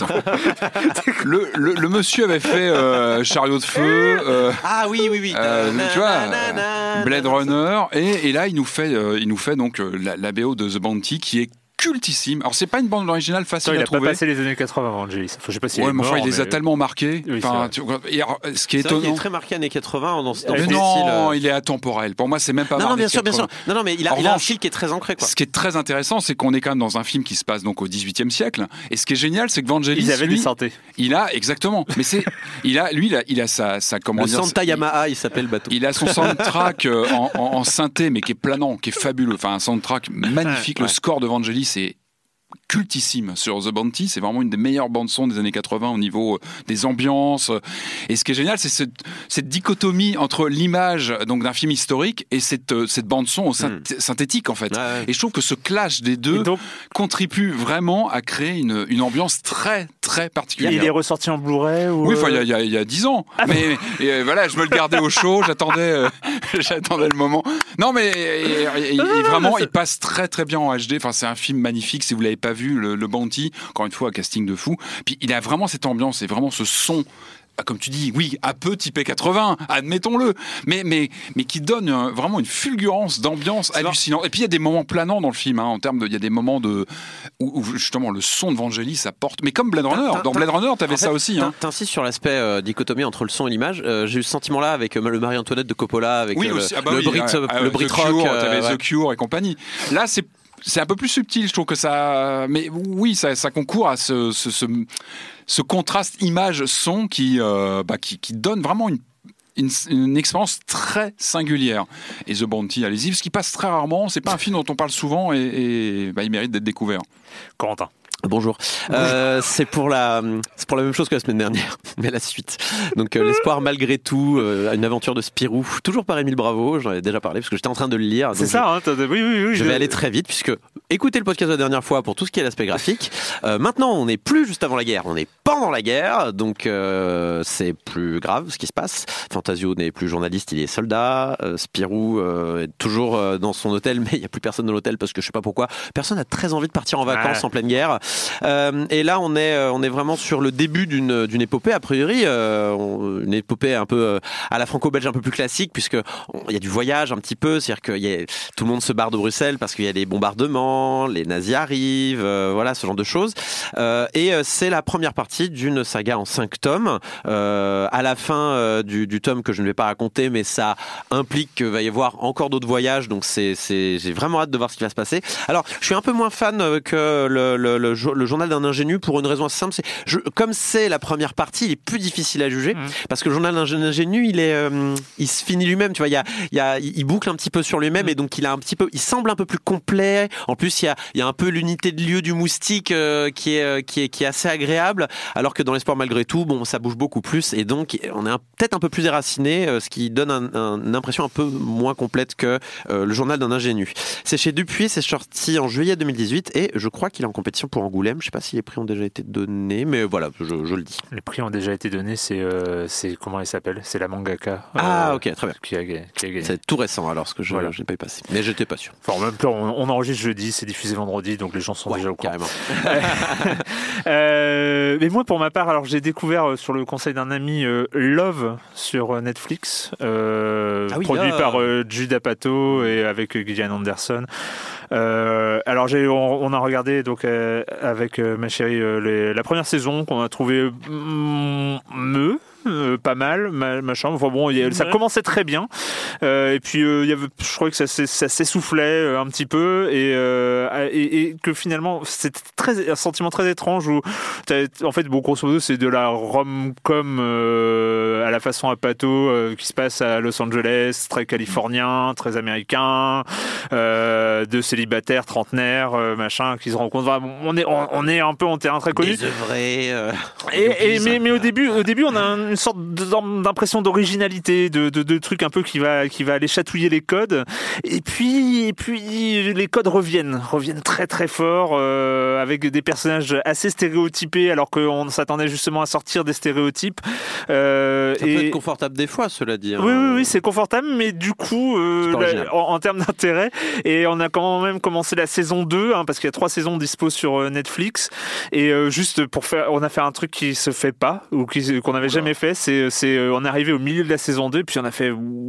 le, le, le monsieur avait fait euh, Chariot de feu. Euh, ah oui oui oui. Euh, tu vois, euh, Blade Runner et, et là il nous fait, euh, il nous fait donc euh, la, la B O de The Bounty qui est cultissime. Alors c'est pas une bande originale facile Attends, à il trouver. Il a pas passé les années quatre-vingts, Vangelis. Enfin, je sais pas si ouais, il est mais mort, enfin il les mais... a tellement marqués. Oui, enfin, tu, et alors, ce qui est c'est étonnant. Vrai qu'il est très marqué années quatre-vingts dans, dans mais ce non, style. Euh... il est atemporel. Pour moi, c'est même pas. Non, non, bien sûr, bien sûr. Non, non, mais il a, en il revanche, a un style qui est très ancré, quoi. Ce qui est très intéressant, c'est qu'on est quand même dans un film qui se passe donc au dix-huitième siècle. Et ce qui est génial, c'est que Vangelis, ils avaient lui, des synthés. Il a exactement. Mais c'est, il a, lui, il a, il a sa, sa comment le dire. Santa Yamaha, il s'appelle bateau. Il a son soundtrack en, en, en synthé, mais qui est planant, qui est fabuleux. Enfin, un soundtrack magnifique. Ouais. Le score de Vangelis est cultissime sur The Bounty, c'est vraiment une des meilleures bandes son des années quatre-vingts au niveau des ambiances. Et ce qui est génial, c'est cette, cette dichotomie entre l'image donc d'un film historique et cette, cette bande son synth- synthétique en fait. Ouais, ouais. Et je trouve que ce clash des deux donc, contribue vraiment à créer une, une ambiance très très particulière. Il est ressorti en Blu-ray ou Oui, enfin il y a il y a dix ans. Ah, mais et, et, voilà, je me le gardais au chaud, j'attendais euh, j'attendais le moment. Non mais et, et, et, et vraiment, il passe très très bien en H D. Enfin, c'est un film magnifique si vous l'avez pas vu, le, le Bounty, encore une fois, casting de fou. Puis il a vraiment cette ambiance et vraiment ce son, comme tu dis, oui, un peu typé quatre-vingts, admettons-le, mais, mais, mais qui donne un, vraiment une fulgurance d'ambiance c'est hallucinante. Bon. Et puis il y a des moments planants dans le film, hein, en termes de, il y a des moments de, où, où justement le son de Vangelis apporte, mais comme Blade Runner, dans Blade Runner, t'avais ça fait, aussi. Hein. T'insistes sur l'aspect euh, dichotomie entre le son et l'image. Euh, j'ai eu ce sentiment-là avec euh, le Marie-Antoinette de Coppola, avec oui, euh, aussi. Ah bah le, oui, Brit, euh, le euh, Brit The Rock. Cure, euh, t'avais ouais. The Cure et compagnie. Là, c'est c'est un peu plus subtil, je trouve que ça. Mais oui, ça, ça concourt à ce, ce, ce, ce contraste image-son qui, euh, bah, qui, qui donne vraiment une, une, une expérience très singulière. Et The Bounty, allez-y, parce qu'il passe très rarement. C'est pas un film dont on parle souvent et, et bah, il mérite d'être découvert. Corentin. Bonjour. Euh, c'est pour la, c'est pour la même chose que la semaine dernière, mais la suite. Donc euh, l'espoir malgré tout, euh, une aventure de Spirou, toujours par Émile Bravo. J'en avais déjà parlé parce que j'étais en train de le lire. C'est ça. Hein, oui, oui, oui. Je, je vais aller très vite puisque écoutez le podcast de la dernière fois pour tout ce qui est l'aspect graphique. Euh, maintenant, on n'est plus juste avant la guerre, on est pendant la guerre, donc euh, c'est plus grave ce qui se passe. Fantasio n'est plus journaliste, il est soldat. Euh, Spirou euh, est toujours euh, dans son hôtel, mais il n'y a plus personne dans l'hôtel parce que je sais pas pourquoi. Personne n'a très envie de partir en vacances ah. en pleine guerre. Euh, et là, on est, on est vraiment sur le début d'une, d'une épopée, a priori, euh, on, une épopée un peu euh, à la franco-belge, un peu plus classique, puisque il y a du voyage un petit peu, c'est-à-dire que y a, tout le monde se barre de Bruxelles parce qu'il y a des bombardements, les nazis arrivent, euh, voilà, ce genre de choses. Euh, et euh, c'est la première partie d'une saga en cinq tomes. Euh, à la fin euh, du, du tome que je ne vais pas raconter, mais ça implique qu'il va y avoir encore d'autres voyages, donc c'est, c'est, j'ai vraiment hâte de voir ce qui va se passer. Alors, je suis un peu moins fan que le, le, le, le journal d'un ingénu pour une raison assez simple. C'est, je, comme c'est la première partie, il est plus difficile à juger mmh. parce que le journal d'un ingénu, il est, euh, il se finit lui-même. Tu vois, il y a, il y a, il boucle un petit peu sur lui-même mmh. et donc il a un petit peu, il semble un peu plus complet. En plus, il y a, il y a un peu l'unité de lieu du moustique euh, qui est, qui est, qui est assez agréable. Alors que dans l'espoir malgré tout, bon, ça bouge beaucoup plus et donc on est un, peut-être un peu plus déraciné, euh, ce qui donne un, un, une impression un peu moins complète que euh, le journal d'un ingénu. C'est chez Dupuis, c'est sorti en juillet deux mille dix-huit et je crois qu'il est en compétition pour Angoulême. Je sais pas si les prix ont déjà été donnés, mais voilà, je, je le dis. Les prix ont déjà été donnés, c'est, euh, c'est comment elle s'appelle ? C'est la mangaka. Ah, euh, ok, très bien. Qui a, qui a gagné. C'est tout récent alors, ce que je voilà. n'ai pas eu passé. Mais j'étais pas sûr. Enfin, en même temps, on, on enregistre jeudi, c'est diffusé vendredi, donc les gens sont ouais, déjà au courant. Carrément. euh, mais moi, pour ma part, alors j'ai découvert sur le conseil d'un ami euh, Love sur Netflix, euh, ah oui, produit là... par euh, Judd Apatow et avec Gillian Anderson. Euh, alors j'ai, on, on a regardé donc euh, avec euh, ma chérie euh, les, la première saison qu'on a trouvé mm, me euh, pas mal, ma, machin. Enfin bon, y a, ça commençait très bien. Euh, et puis euh, y avait, je crois que ça, ça s'essoufflait euh, un petit peu et, euh, et, et que finalement c'était très, un sentiment très étrange où en fait, bon, grosso modo, c'est de la rom-com euh, à la façon Apatow euh, qui se passe à Los Angeles, très californien, très américain, euh, de célibataires, trentenaires, euh, machin, qui se rencontrent. Enfin, on est, on, on est un peu en terrain très connu. Désœuvré. Euh, et, et mais, mais au début, au début, on a une sorte d'impression d'originalité, de, de, de truc un peu qui va, qui va aller chatouiller les codes. Et puis, et puis, les codes reviennent, reviennent très très fort, euh, avec des personnages assez stéréotypés, alors qu'on s'attendait justement à sortir des stéréotypes. Euh, ça et... peut être confortable des fois, cela dit. Hein. Oui, oui, oui, c'est confortable, mais du coup, euh, là, en, en termes d'intérêt, et on a quand même commencé la saison deux, hein, parce qu'il y a trois saisons dispo sur Netflix, et euh, juste pour faire, on a fait un truc qui se fait pas, ou qui, qu'on n'avait jamais fait, c'est, c'est, on est arrivé au milieu de la saison deux, puis on a fait,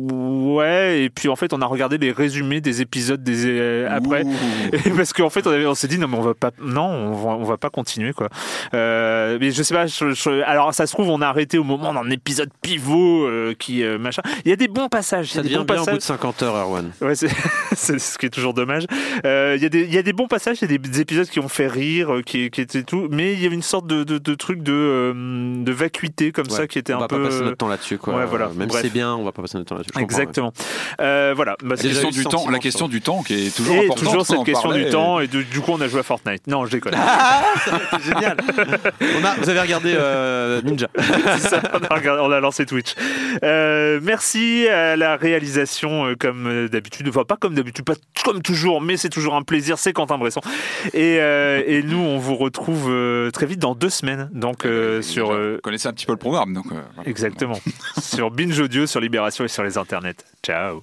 ouais, et puis en fait, on a regardé les résumés des épisodes des, euh, après, et parce qu'en fait, on, avait, on s'est dit, non, mais on va pas, non, on va, on va pas continuer, quoi. Euh, mais je sais pas, je, je, alors ça se trouve, on a arrêté au moment d'un épisode pivot, euh, qui, euh, machin. Il y a des bons passages. Ça devient bien passages. Au bout de cinquante heures, Erwan. Ouais, c'est, c'est ce qui est toujours dommage. Euh, il y a des, il y a des bons passages, il y a des, des épisodes qui ont fait rire, qui, qui étaient tout, mais il y avait une sorte de, de, de truc de, euh, de vacuité comme ouais, ça qui était un peu. On va pas passer notre temps là-dessus, quoi. Ouais, voilà. Même Bref. si c'est bien, on va pas passer notre temps là-dessus. Exactement. Ouais. Euh, voilà. Bah, la question du temps, la question du temps qui est toujours et importante. Toujours cette question parlait, du et... temps et de, du coup on a joué à Fortnite. Non, je déconne. Ah, ça a été génial. On a, vous avez regardé euh, Ninja. C'est ça, on, a regardé, on a lancé Twitch. Euh, merci à la réalisation, euh, comme d'habitude, enfin pas comme d'habitude, pas comme toujours, mais c'est toujours un plaisir, c'est Quentin Bresson. Et, euh, et nous, on vous retrouve euh, très vite dans deux semaines. Donc, euh, sur. Euh, vous connaissez un petit peu le programme. Donc, euh, voilà. Exactement. Sur Binge Audio, sur Libération et sur les internets. Ciao.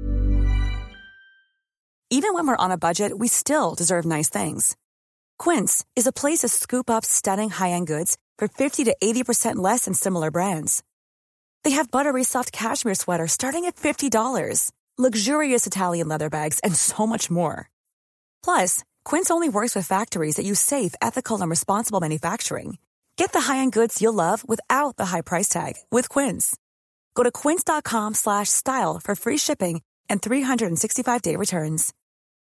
Even when we're on a budget, we still deserve nice things. Quince is a place to scoop up stunning high-end goods for fifty to eighty percent less than similar brands. They have buttery soft cashmere sweaters starting at fifty dollars, luxurious Italian leather bags, and so much more. Plus, Quince only works with factories that use safe, ethical, and responsible manufacturing. Get the high-end goods you'll love without the high price tag with Quince. Go to quince.com slash style for free shipping and three sixty-five day returns.